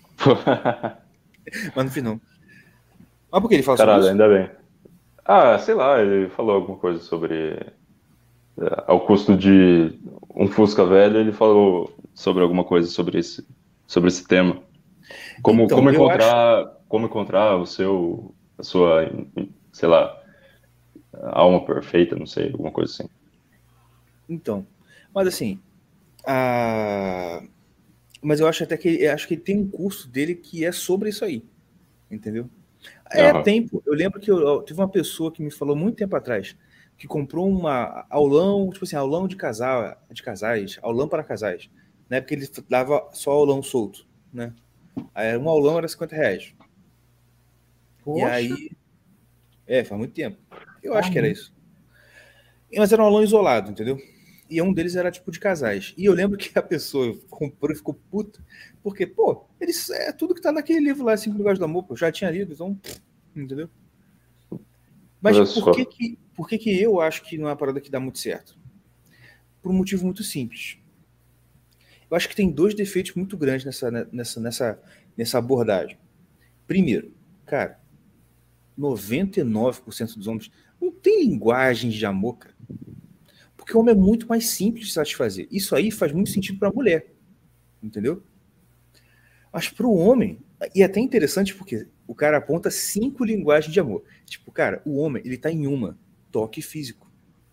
Mas não fiz não. Mas por que ele fala Caralho, sobre isso? Ainda bem. Ah, sei lá, ele falou alguma coisa sobre... Ao custo de um Fusca velho, ele falou sobre alguma coisa sobre esse, sobre esse tema. Como, então, como, encontrar, acho... como encontrar o seu... a sua, sei lá, alma perfeita, não sei, alguma coisa assim. Então, mas assim, a... mas eu acho até que ele, acho que ele tem um curso dele que é sobre isso aí, entendeu? É uhum. tempo, eu lembro que eu, eu tive uma pessoa que me falou muito tempo atrás, que comprou uma aulão, tipo assim, aulão de casal, de casais, aulão para casais, né? Porque ele dava só aulão solto, né? Aí um aulão era cinquenta reais. Poxa. E aí... É, faz muito tempo. Eu ah, acho que era isso. Mas era um aulão isolado, entendeu? E um deles era tipo de casais. E eu lembro que a pessoa comprou e ficou puta, porque, pô, eles, é tudo que tá naquele livro lá, Cinco Linguagens do Amor, pô, eu já tinha lido, então, entendeu? Mas por que que, por que que eu acho que não é uma parada que dá muito certo? Por um motivo muito simples. Eu acho que tem dois defeitos muito grandes nessa, nessa, nessa, nessa abordagem. Primeiro, cara, noventa e nove por cento dos homens não tem linguagem de amor, cara. Porque o homem é muito mais simples de satisfazer. Isso aí faz muito sentido para a mulher. Entendeu? Mas para o homem, e é até interessante porque o cara aponta cinco linguagens de amor. Tipo, cara, o homem, ele tá em uma, toque físico.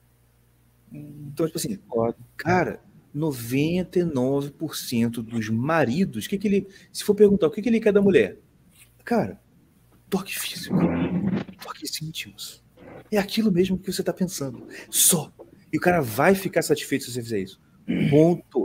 Então, tipo assim, cara, noventa e nove por cento dos maridos, que que ele, se for perguntar o que, que ele quer da mulher, cara, toque físico, toques íntimos. É aquilo mesmo que você tá pensando. Só. E o cara vai ficar satisfeito se você fizer isso. Ponto.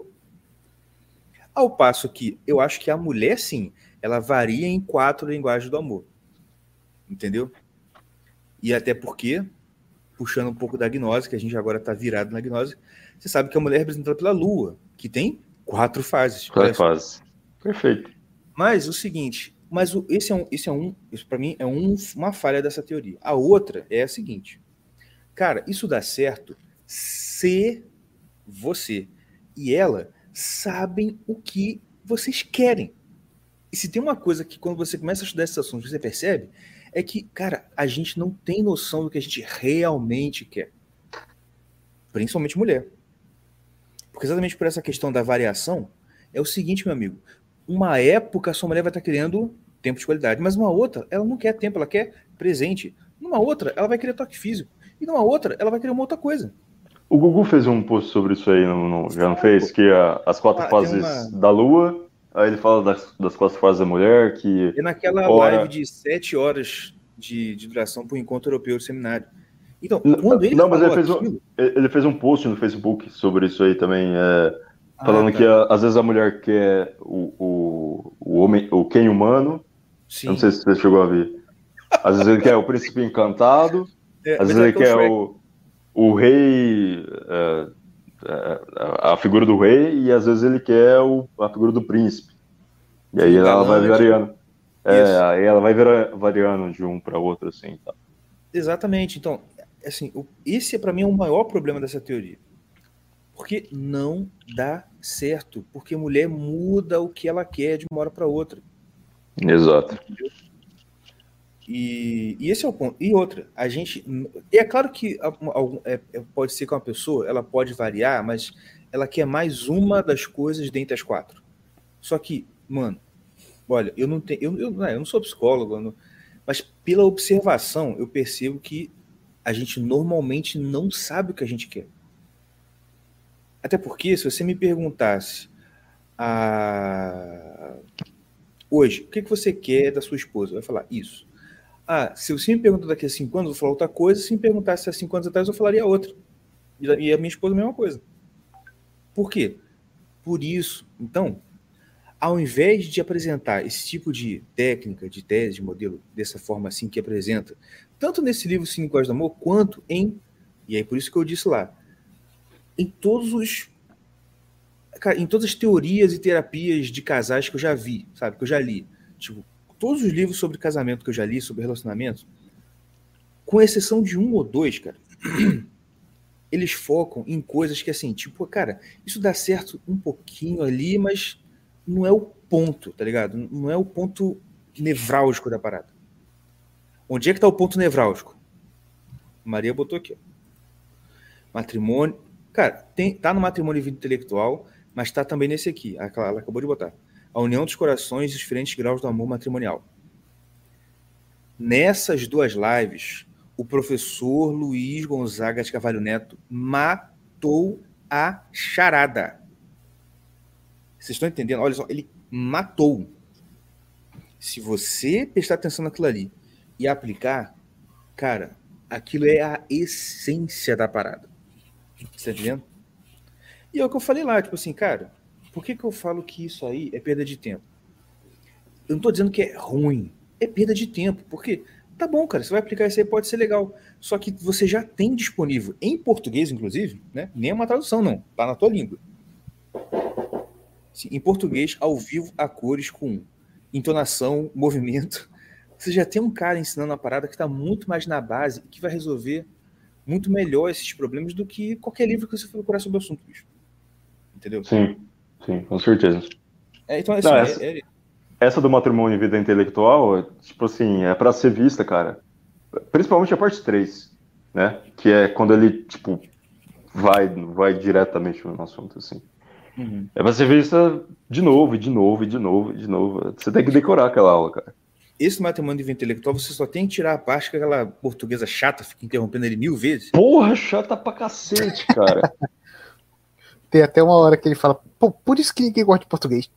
Ao passo que eu acho que a mulher, sim, ela varia em quatro linguagens do amor. Entendeu? E até porque, puxando um pouco da gnose, que a gente agora tá virado na gnose, você sabe que a mulher é representada pela lua, que tem quatro fases. Quatro fases. Perfeito. Mas o seguinte, mas o, esse é um, esse é um, isso para mim é um, uma falha dessa teoria. A outra é a seguinte, cara, isso dá certo se você e ela sabem o que vocês querem. E se tem uma coisa que quando você começa a estudar esses assuntos, você percebe, é que, cara, a gente não tem noção do que a gente realmente quer. Principalmente mulher. Porque exatamente por essa questão da variação, é o seguinte, meu amigo, uma época a sua mulher vai estar querendo tempo de qualidade, mas uma outra, ela não quer tempo, ela quer presente. Numa outra, ela vai querer toque físico. E numa outra, ela vai querer uma outra coisa. O Gugu fez um post sobre isso aí, não, não, já não fez? Que a, as quatro Ah, fases uma... da Lua, aí ele fala das, das quatro fases da mulher, que... É naquela hora... live de sete horas de, de duração para o Encontro Europeu do Seminário. Então, N- quando ele não, mas falou ele fez, aquilo... um, ele fez um post no Facebook sobre isso aí também, é, falando Ah, tá. que a, às vezes a mulher quer o, o, o homem, o Ken humano, Sim. eu não sei se você chegou a ver. Às vezes ele quer o príncipe encantado, É, às mas vezes é ele que é o quer Shrek. o, o rei, é, é, a a figura do rei, e às vezes ele quer o, a figura do príncipe. E aí Sim, ela vai galante. variando. É, Isso. aí ela vai vira- variando de um para outro, assim, tá? Exatamente. Então, assim, o- esse para mim é o maior problema dessa teoria. Porque não dá certo. Porque mulher muda o que ela quer de uma hora para outra. Exato. E, e esse é o ponto. E outra, a gente. E é claro que algum- é- é- pode ser que uma pessoa ela pode variar, mas ela quer mais uma das coisas dentre as quatro. Só que, mano, olha, eu não tenho. Eu, eu, não, eu não sou psicólogo, eu não- mas pela observação, eu percebo que a gente normalmente não sabe o que a gente quer. Até porque, se você me perguntasse ah, hoje, o que que você quer da sua esposa? Eu vai falar isso. Ah, se você me perguntar daqui a cinco anos, eu vou falar outra coisa. Se me perguntasse há cinco anos atrás, eu falaria outra. E a e a minha esposa, a mesma coisa. Por quê? Por isso. Então, ao invés de apresentar esse tipo de técnica, de tese, de modelo, dessa forma assim que apresenta, tanto nesse livro Cinco Linguagens do Amor, quanto em, e aí por isso que eu disse lá, em todos os, cara, em todas as teorias e terapias de casais que eu já vi, sabe, que eu já li, tipo, todos os livros sobre casamento que eu já li, sobre relacionamento, com exceção de um ou dois, cara, eles focam em coisas que assim, tipo, cara, isso dá certo um pouquinho ali, mas não é o ponto, tá ligado? Não é o ponto nevrálgico da parada. Onde é que tá o ponto nevrálgico? Maria botou aqui, ó. Matrimônio. Cara, tem, tá no matrimônio e vida intelectual, mas tá também nesse aqui. Ela, ela acabou de botar. A união dos corações e os diferentes graus do amor matrimonial. Nessas duas lives, o professor Luiz Gonzaga de Carvalho Neto matou a charada. Vocês estão entendendo? Olha só, ele matou. Se você prestar atenção naquilo ali e aplicar, cara, aquilo é a essência da parada. Você tá entendendo? E é o que eu falei lá, tipo assim, cara, por que que eu falo que isso aí é perda de tempo? Eu não tô dizendo que é ruim, é perda de tempo, porque tá bom, cara, você vai aplicar isso aí, pode ser legal, só que você já tem disponível, em português, inclusive, né? Nem é uma tradução, não, tá na tua língua. Sim, em português, ao vivo, a cores, com entonação, movimento. Você já tem um cara ensinando uma parada que está muito mais na base e que vai resolver muito melhor esses problemas do que qualquer livro que você for procurar sobre o assunto, bicho. Entendeu? Sim, sim, com certeza. É, então, assim, Não, é, essa, é- essa do matrimônio e vida intelectual, é, tipo assim, é pra ser vista, cara. Principalmente a parte três, né? Que é quando ele, tipo, vai, vai diretamente no assunto, assim. Uhum. É pra ser vista de novo, e de novo, e de novo, e de novo. Você tem que decorar aquela aula, cara. Esse matrimônio de vida intelectual, você só tem que tirar a parte que aquela portuguesa chata fica interrompendo ele mil vezes. Porra, chata pra cacete, cara. Tem até uma hora que ele fala, pô, por isso que ninguém gosta de português.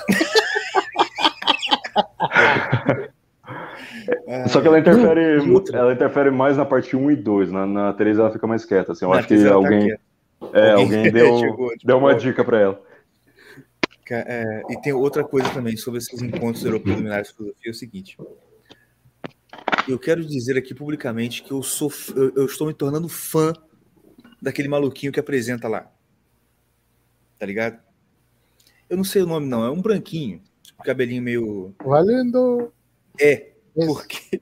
Só que ela interfere, Não, e outra? ela interfere mais na parte um e dois. Na, na três ela fica mais quieta, assim. Eu Na acho que três ela tá alguém, quieta. é, Alguém alguém deu, chegou, tipo, deu uma ó. dica pra ela. Ca- é, e tem outra coisa também sobre esses encontros europeus luminares de filosofia, é o seguinte. Eu quero dizer aqui publicamente que eu sou f- eu, eu estou me tornando fã daquele maluquinho que apresenta lá. Tá ligado? Eu não sei o nome não, é um branquinho, tipo, cabelinho meio Valendo! é, Esse. porque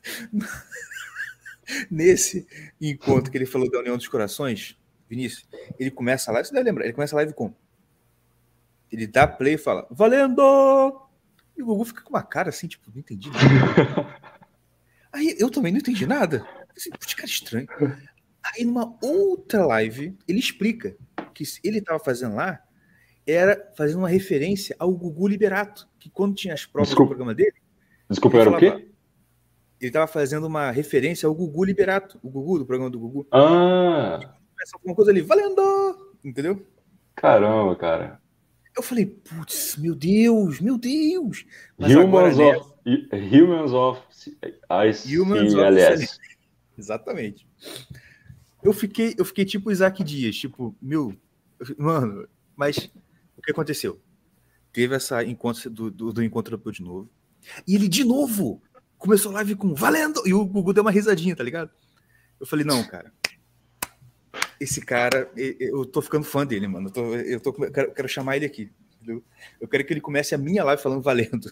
nesse encontro que ele falou da união dos corações, Vinícius, ele começa a live, você deve lembrar, ele começa a live com Ele dá play e fala, valendo! E o Gugu fica com uma cara assim, tipo, não entendi nada. Aí eu também não entendi nada. Assim, putz, cara estranho. Aí numa outra live, ele explica que ele tava fazendo lá, era fazendo uma referência ao Gugu Liberato, que quando tinha as provas Desculpa. do programa dele... Desculpa, ele era o falava, quê? Ele tava fazendo uma referência ao Gugu Liberato, o Gugu, do programa do Gugu. Ah, Começa alguma coisa ali, valendo! Entendeu? caramba, cara. Eu falei, putz, meu Deus, meu Deus! Mas agora, Humans né? of, Humans of Humans of I C L S. Exatamente. Eu fiquei, eu fiquei tipo Isaac Dias, tipo, meu, mano, mas o que aconteceu? Teve essa encontro do, do, do encontro do de novo. E ele de novo começou a live com valendo! E o Gugu deu uma risadinha, tá ligado? Eu falei, não, cara. Esse cara, eu tô ficando fã dele, mano. Eu, tô, eu, tô, eu quero, quero chamar ele aqui. Entendeu? Eu quero que ele comece a minha live falando valendo.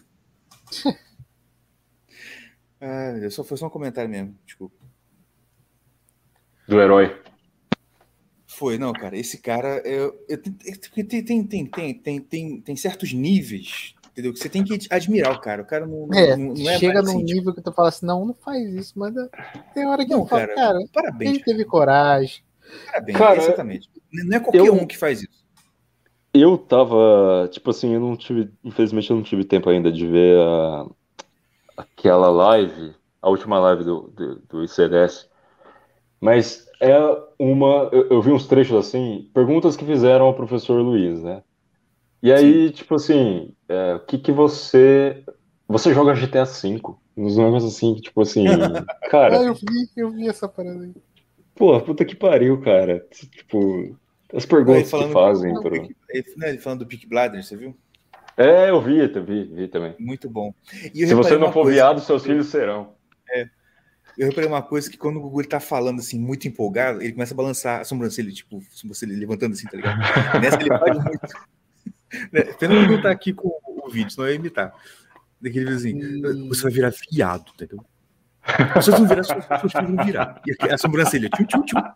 Ah, meu Deus, só foi só um comentário mesmo, desculpa. Do herói. Foi, não, cara. Esse cara, eu, eu, tem, tem, tem, tem, tem, tem, tem certos níveis, entendeu? Que você tem que admirar o cara. O cara não É, não, não é chega assim, num tipo, nível que tu fala assim, não, não faz isso, mas tem hora que não, eu falo, cara, cara, parabéns. ele teve coragem. Parabéns, Cara, exatamente. Não é qualquer eu- um que faz isso. Eu tava, tipo assim, eu não tive, infelizmente eu não tive tempo ainda de ver a, aquela live, a última live do, do, do I C L S, mas é uma, eu, eu vi uns trechos assim, perguntas que fizeram ao professor Luiz, né? E aí, tipo assim, é, o que que você, você joga G T A cinco, uns negócios assim, que, tipo assim, Ah, cara, eu vi, eu vi essa parada aí. pô, puta que pariu, cara, tipo, as Não, ele perguntas que falando, fazem não, pro... Peaky- ele, não, ele falando do Peaky Blinders, você viu? É, eu vi, eu vi, vi também. Muito bom. E eu Se você reparei não uma for coisa, viado, seus filhos serão. eu reparei uma coisa que quando o Gugu ele tá falando assim, muito empolgado, ele começa a balançar a sobrancelha, tipo, sobrancelha levantando assim, tá ligado? Nessa ele faz muito. Né? Pena que não tá aqui com o vídeo, senão eu ia imitar. Daquele assim, você vai virar viado, entendeu? Se vocês não virar, seus seus filhos vão virar. E a sobrancelha, tchum, tchum, tchum.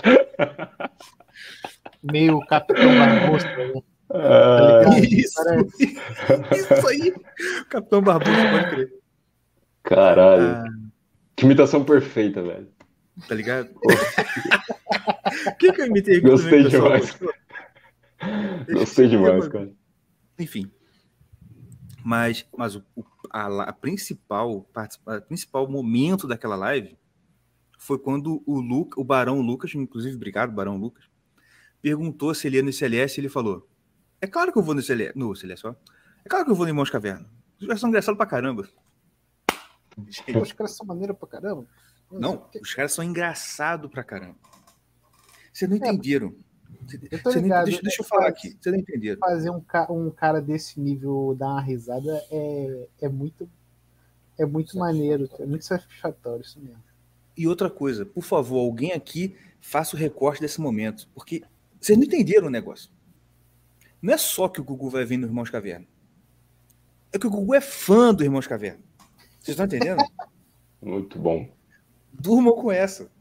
Meio Capitão Barbosa, né? Ah, Isso, Parece. isso aí. Capitão Barbosa, pode crer. caralho. Ah, Que imitação perfeita, velho. tá ligado? Quem que eu imitei aqui Gostei também, pessoal? demais. Gostou? Gostei demais, cara. Enfim. Mas, mas o, o- a, a principal participa- a principal momento daquela live foi quando o, Lu, o Barão Lucas, inclusive, obrigado, Barão Lucas, perguntou se ele ia no C L S e ele falou: é claro que eu vou no C L S, no C L S, ó. É claro que eu vou no Irmãos Caverna. Os caras são engraçados pra caramba. Pô, os caras são maneiros pra caramba. Não, os caras são engraçados pra caramba. Vocês não É, entenderam. eu tô Você não- ligado, deixa, deixa eu é, falar faz- aqui. Vocês não entenderam. Fazer um, ca- um cara desse nível dar uma risada é, é muito é muito maneiro, é muito satisfatório isso mesmo. E outra coisa, por favor, alguém aqui faça o recorte desse momento, porque vocês não entenderam o negócio. Não é só que o Gugu vai vir no Irmãos Caverna. É que o Gugu é fã do Irmãos Caverna. Vocês estão entendendo? Muito bom. Durmam com essa.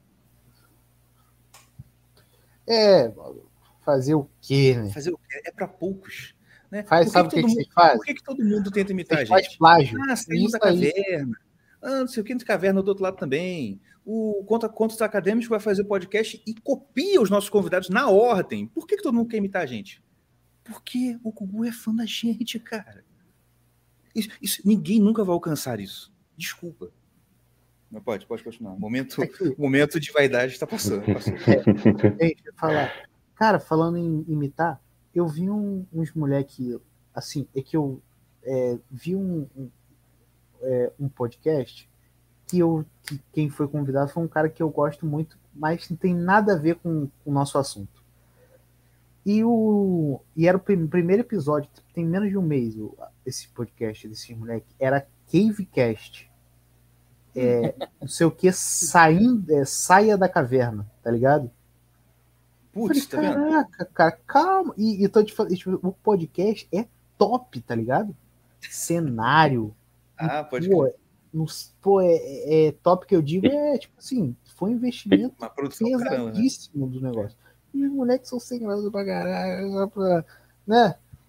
É, fazer o quê, né? Fazer o quê? É para poucos. Né? Faz, Por sabe o que, todo que mundo, você faz? Por que, que todo mundo tenta imitar Você a faz gente? plágio. Ah, saiu Isso da aí. caverna. Ah, não sei o que, de caverna do outro lado também. O Conta Contos Acadêmicos vai fazer podcast e copia os nossos convidados na ordem. Por que, que todo mundo quer imitar a gente? Porque o Gugu é fã da gente, cara. Isso, isso- ninguém nunca vai alcançar isso. Desculpa. Mas pode, pode continuar. O momento, Aqui, o momento de vaidade está passando. Passou. deixa eu falar. Cara, falando em imitar, eu vi um- uns moleque, assim, é que eu é, vi um, um, é, um podcast que eu que quem foi convidado foi um cara que eu gosto muito, mas não tem nada a ver com o nosso assunto. E, o, e era o prim- primeiro episódio, tem menos de um mês o- esse podcast desse moleque, era Cavecast. É, não sei o que, saindo, é, saia da caverna, tá ligado? Putz, tá Falei, vendo? caraca, cara, calma. E, e tô te falando, tipo, o podcast é top, tá ligado? Cenário. Ah, pode Pô, crer. não- pô, é, é- é top que eu digo, é tipo assim, foi um investimento Uma produção caramba, né? pesadíssimo do negócio. E os moleques são sem graça pra caralho, só pra, né?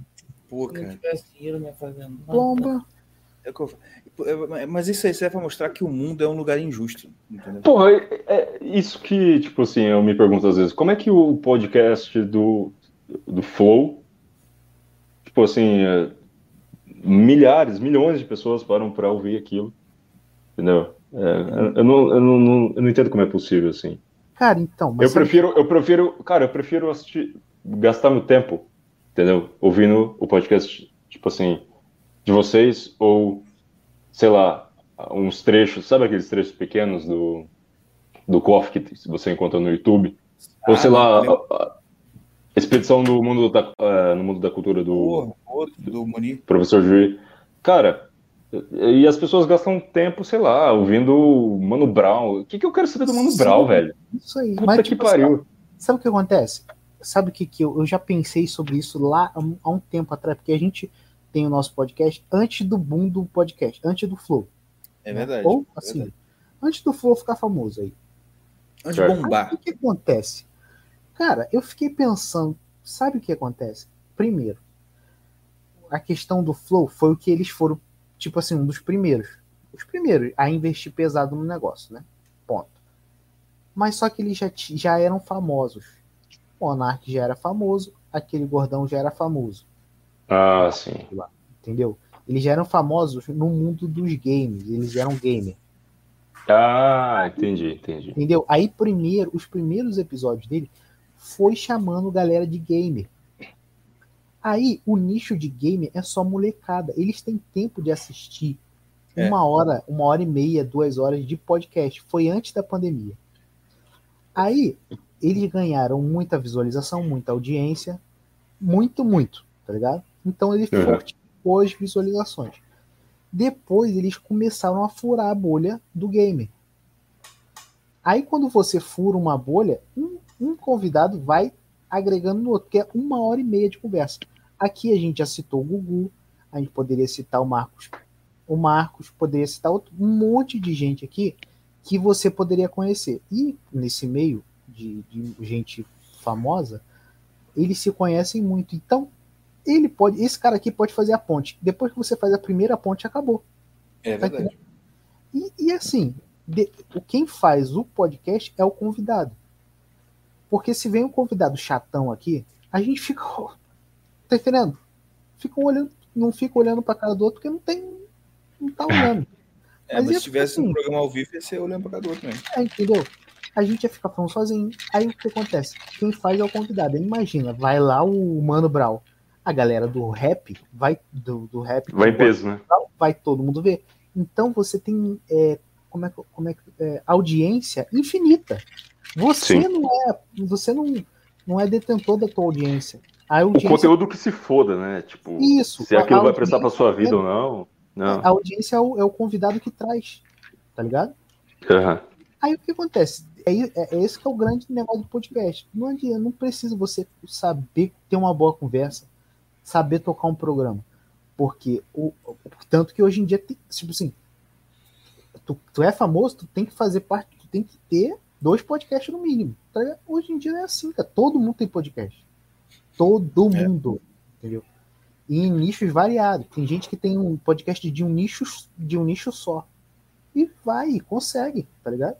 Pô, Se não cara. tivesse dinheiro, não ia fazer nada. Bomba. É o que eu- é- Mas isso aí serve pra mostrar que o mundo é um lugar injusto, entendeu? Porra, é, é isso que, tipo assim, eu me pergunto às vezes, como é que o podcast do, do Flow, tipo assim, é, milhares, milhões de pessoas param pra ouvir aquilo, entendeu? É, eu, não, eu, não, não- eu não entendo como é possível, assim. Cara, então, mas Eu sabe prefiro, eu prefiro, cara, eu prefiro assistir, gastar meu tempo, entendeu? Ouvindo o podcast, tipo assim, de vocês, ou, sei lá, uns trechos, sabe aqueles trechos pequenos do, do Coffee que você encontra no YouTube? Ou, Ah, sei não, lá, lembra- a, a expedição do mundo da, eh, no mundo da cultura do Porra, outro do Munir. professor Juí. Cara, e as pessoas gastam tempo, sei lá, ouvindo o Mano Brown. O que, que eu quero saber do Mano Sim, Brown, velho? isso aí. Puta Mas, que tipo, assim, pariu. sabe o que acontece? Sabe o que, que eu, eu já pensei sobre isso lá há um, há um tempo atrás, porque a gente tem o nosso podcast antes do boom do podcast, antes do Flow. É né? verdade. Ou, é assim, verdade. antes do Flow ficar famoso aí. Antes de Certo. Aí, bombar. o que, que acontece? Cara, eu fiquei pensando, sabe o que acontece? Primeiro, a questão do Flow foi o que eles foram, tipo assim, um dos primeiros. Os primeiros a investir pesado no negócio, né? Ponto. Mas só que eles já, ti- já eram famosos. O Monark já era famoso, aquele gordão já era famoso. Ah, sim. Entendeu? Eles já eram famosos no mundo dos games, eles eram gamer. Ah, entendi, entendi. Entendeu? Aí primeiro, os primeiros episódios dele foi chamando galera de gamer. Aí o nicho de gamer é só molecada. Eles têm tempo de assistir É. uma hora, uma hora e meia, duas horas de podcast. Foi antes da pandemia. Aí eles ganharam muita visualização, muita audiência, muito, muito, tá ligado? Então ele Uhum. fortificou as visualizações. Depois eles começaram a furar a bolha do gamer. Aí quando você fura uma bolha, um, um convidado vai agregando no outro, que é uma hora e meia de conversa. Aqui a gente já citou o Gugu, a gente poderia citar o Marcos, o Marcos, poderia citar outro, um monte de gente aqui que você poderia conhecer. E nesse meio de, de gente famosa, eles se conhecem muito. Então, ele pode, esse cara aqui pode fazer a ponte. Depois que você faz a primeira ponte, acabou. É Tá verdade. E, e assim, de, quem faz o podcast é o convidado. Porque se vem um convidado chatão aqui, a gente fica. Tá entendendo? Fica olhando, não fica olhando pra cara do outro porque não tem. Não tá olhando. É, Mas mas ia se tivesse ficar um assim. programa ao vivo, ia ser olhando pra cada outro mesmo. É, entendeu? A gente ia ficar falando sozinho. Aí o que acontece? Quem faz é o convidado. Aí imagina, vai lá o Mano Brown. A galera do rap, vai do, do rap. Vai em peso, né? Vai todo mundo ver. Então você tem é, como é, que- como é, que- é, audiência infinita. Você Sim. não é, você não, não é detentor da tua audiência. A O audiência, conteúdo que se foda, né? Tipo, Isso, se a- aquilo a vai prestar pra sua vida audiência- ou não. Não. a audiência é o, é o convidado que traz, tá ligado? Aham. Aí o que acontece? É, é, é esse que é o grande negócio do podcast. Não adianta, não precisa você saber ter uma boa conversa, saber tocar um programa. Porque o, o- tanto que hoje em dia tem, tipo assim, tu, tu é famoso, tu tem que fazer parte, tu tem que ter dois podcasts no mínimo. Tá ligado? Hoje em dia é assim, cara. Todo mundo tem podcast. Todo É. mundo. Entendeu? E em nichos variados. Tem gente que tem um podcast de um nicho, de um nicho só. E vai, e consegue, tá ligado?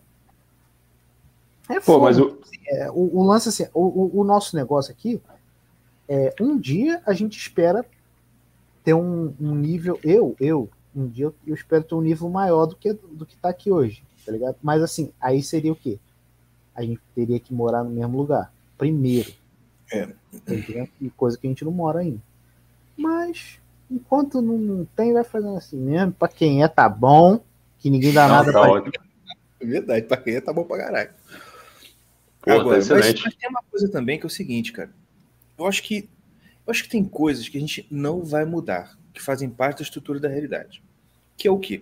É Pô, foda. mas o. É, o, o lance assim, o, o, o nosso negócio aqui é um dia a gente espera ter um, um nível, eu, eu, um dia eu, eu espero ter um nível maior do que do que tá aqui hoje, tá ligado? Mas assim, aí seria o quê? A gente teria que morar no mesmo lugar, primeiro. É. Tá entendendo? E coisa que a gente não mora ainda. Mas enquanto não tem, vai fazendo assim mesmo. Pra quem é, tá bom. Que ninguém dá Não, nada tá pra ótimo. É verdade, pra quem é, tá bom pra caralho. Pô, Agora, tá mas, excelente. mas tem uma coisa também que é o seguinte, cara. Eu acho que eu acho que tem coisas que a gente não vai mudar, que fazem parte da estrutura da realidade. Que é o quê?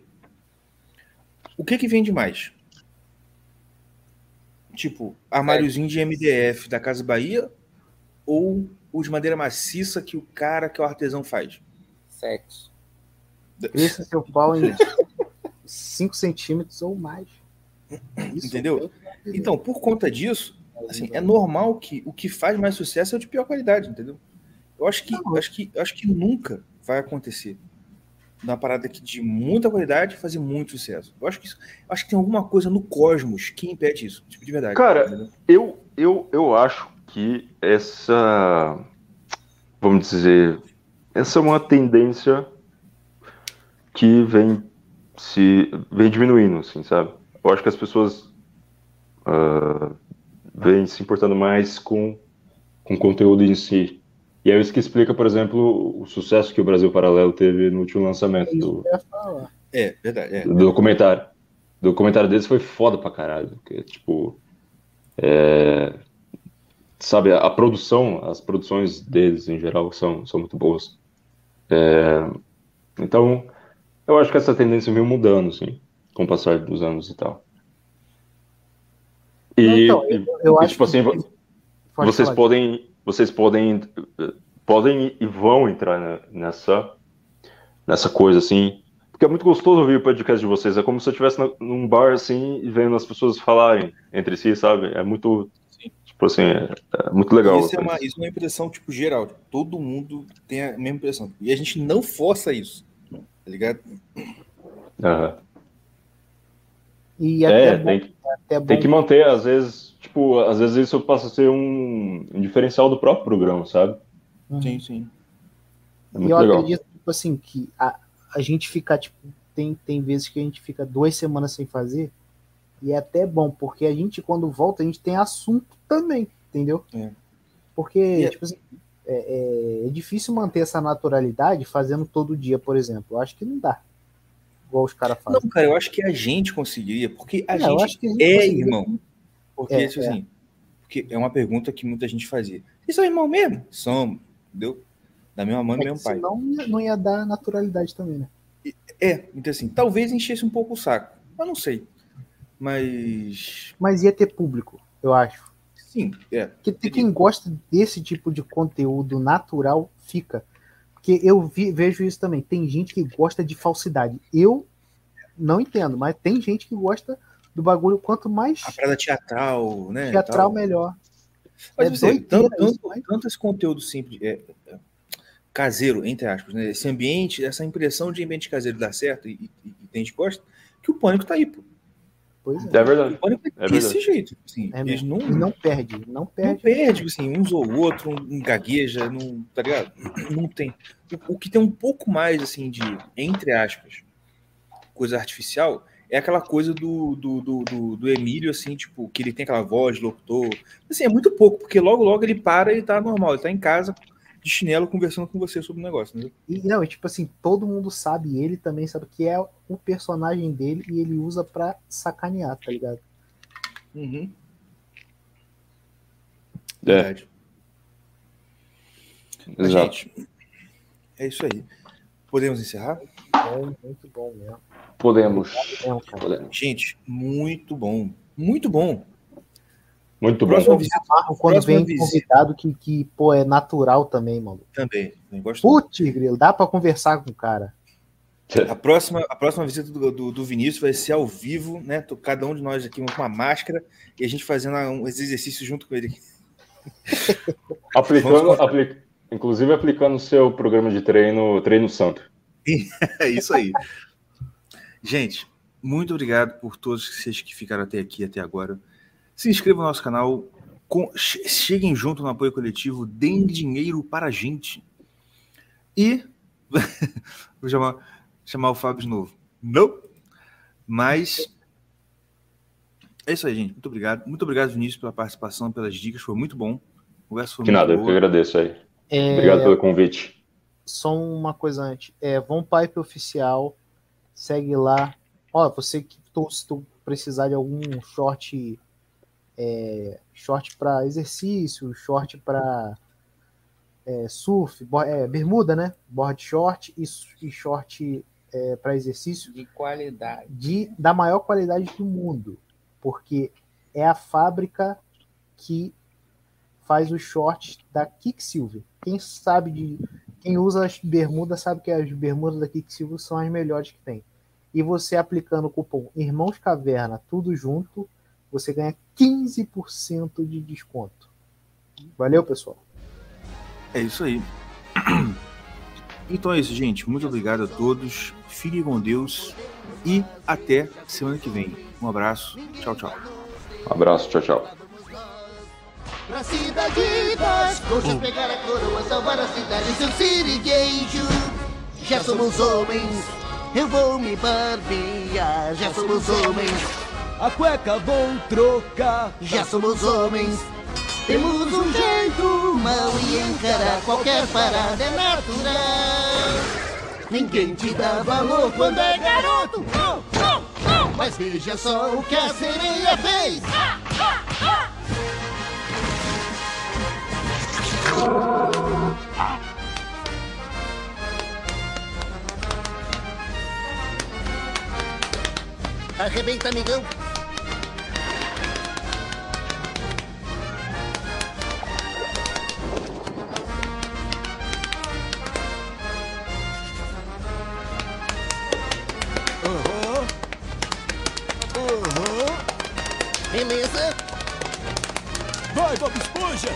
O que que vende mais? Tipo, armáriozinho de M D F da Casa Bahia ou os de madeira maciça que o cara que é o artesão faz? Sexo. Cresça seu pau em cinco centímetros ou mais. Isso Entendeu? Então, por conta disso, assim, é normal que o que faz mais sucesso é o de pior qualidade, entendeu? Eu acho que, acho que, acho que nunca vai acontecer uma parada aqui de muita qualidade fazer muito sucesso. Eu acho que isso, acho que tem alguma coisa no cosmos que impede isso, tipo, de verdade. Cara, entendeu? eu, eu, eu acho que essa, vamos dizer, essa é uma tendência que vem se vem diminuindo, assim, sabe? Eu acho que as pessoas uh, vêm se importando mais com com o conteúdo em si. E é isso que explica, por exemplo, o sucesso que o Brasil Paralelo teve no último lançamento do, É, verdade. É, do documentário. O documentário deles foi foda pra caralho. Porque, tipo, é, sabe, a, a produção, as produções deles em geral são, são muito boas. É, então, eu acho que essa tendência vem mudando, assim, com o passar dos anos e tal. E, Então, eu, eu e, acho tipo que... assim, Pode vocês falar, podem, vocês podem, podem e vão entrar né, nessa, nessa coisa, assim, porque é muito gostoso ouvir o podcast de vocês. É como se eu estivesse num bar, assim, e vendo as pessoas falarem entre si, sabe? É muito, Sim. tipo assim, é, é muito legal. Isso é, uma, isso é uma impressão, tipo, geral. Todo mundo tem a mesma impressão. E a gente não força isso, tá ligado? Uhum. E É, até bom, tem, que, até bom tem que manter, às vezes, tipo, às vezes isso passa a ser um, um diferencial do próprio programa, sabe? Uhum. Sim, sim. É E muito eu legal. acredito, tipo assim, que a, a gente fica, tipo, tem, tem vezes que a gente fica duas semanas sem fazer, e é até bom, porque a gente, quando volta, a gente tem assunto também, entendeu? É. Porque, é... tipo assim, é, é, é difícil manter essa naturalidade fazendo todo dia, por exemplo. Eu acho que não dá, igual os caras fazem. Não, cara, eu acho que a gente conseguiria, porque a É, gente, eu acho que a gente é conseguiria. irmão. Porque, É, tipo assim, porque é uma pergunta que muita gente fazia. Vocês são irmão mesmo? Somos, entendeu? Da mesma mãe e do É mesmo que pai. senão não ia, não ia dar naturalidade também, né? É, então assim, talvez enchesse um pouco o saco. Eu não sei. Mas. Mas ia ter público, eu acho. Sim, é. Porque tem quem gosta desse tipo de conteúdo natural, fica. Porque eu vi, vejo isso também. Tem gente que gosta de falsidade. Eu não entendo, mas tem gente que gosta do bagulho. Quanto mais A parada teatral, né? teatral, tal. melhor. Mas É você, doideira tanto, isso, tanto, mas- tanto esse conteúdo simples, é, é, caseiro, entre aspas, né? Esse ambiente, essa impressão de ambiente caseiro dá certo e, e, e tem gente que gosta, que o pânico tá aí, pô. Pois É é. verdade. O pânico é É desse verdade. jeito. Assim, É eles mesmo. não, E não perde, não não perde. perde, assim, uns ou outro, um gagueja, não, tá ligado? Não tem. O, o que tem um pouco mais, assim, de, entre aspas, coisa artificial, é aquela coisa do, do, do, do, do Emílio, assim, tipo, que ele tem aquela voz de locutor. Assim, é muito pouco, porque logo, logo ele para e tá normal, ele tá em casa de chinelo conversando com você sobre o negócio, né? E não, e, tipo assim, todo mundo sabe, ele também sabe que é o personagem dele e ele usa pra sacanear, tá ligado? Uhum. É, Verdade. Mas, exato. gente, é isso aí. Podemos encerrar? Bom, muito bom mesmo. Podemos. Mesmo, cara. Podemos. Gente, muito bom. Muito bom. Muito bom. Próxima Eu me visita amarro quando próxima vem visita. convidado que, que, pô, é natural também, mano. também. Eu gosto muito. Putz, grilo, dá pra conversar com o cara. A próxima, a próxima visita do, do, do Vinícius vai ser ao vivo, né? Tô- Cada um de nós aqui com uma máscara e a gente fazendo um exercício junto com ele aqui. Aplicando, Vamos- apli- inclusive aplicando o seu programa de treino, treino santo. É isso aí. Gente, muito obrigado por todos vocês que ficaram até aqui, até agora. Se inscrevam no nosso canal, com- che- cheguem junto no apoio coletivo, deem dinheiro para a gente. E vou chamar, chamar o Fábio de novo. Não, mas é isso aí, gente. Muito obrigado. Muito obrigado, Vinícius, pela participação, pelas dicas. Foi muito bom. A conversa foi Que muito nada, eu boa. que agradeço aí. É, Obrigado pelo convite. Só uma coisa antes. É, Von Pipe Oficial, segue lá. Ó, você que tu, se tu precisar de algum short, é, short para exercício, short para é, surf, bo- é, bermuda, né? Board short e, s- e short é, para exercício De qualidade. de, da maior qualidade do mundo, porque é a fábrica que faz os shorts da Kicksilver. Quem sabe de quem usa as bermudas sabe que as bermudas da Kicksilver são as melhores que tem. E você aplicando o cupom Irmãos Caverna, tudo junto, você ganha quinze por cento de desconto. Valeu, pessoal. É isso aí. Então é isso, gente. Muito obrigado a todos. Fiquem com Deus e até semana que vem. Um abraço. Tchau, tchau. Um abraço. Tchau, tchau. Pra cidade das coxas pegar a coroa, salvar a cidade, seu siriguejo. Já somos homens, eu vou me barbear. Já somos homens, a cueca vou trocar. Já somos homens, temos um jeito mau e encarar qualquer parada é natural. Ninguém te dá valor quando é garoto, mas veja só o que a sereia fez. Arrebenta, amigão. Uhum. Uhum. Beleza. Vai, Bob Esponja.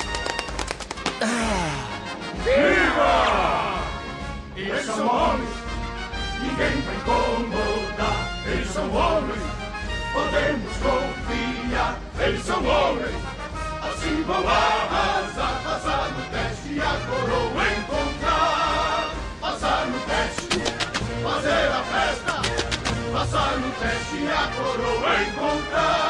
Viva! Eles são homens, ninguém vai incomodar. Eles são homens, podemos confiar. Eles são homens, assim vão arrasar. Passar no teste e a coroa encontrar. Passar no teste, fazer a festa. Passar no teste e a coroa encontrar.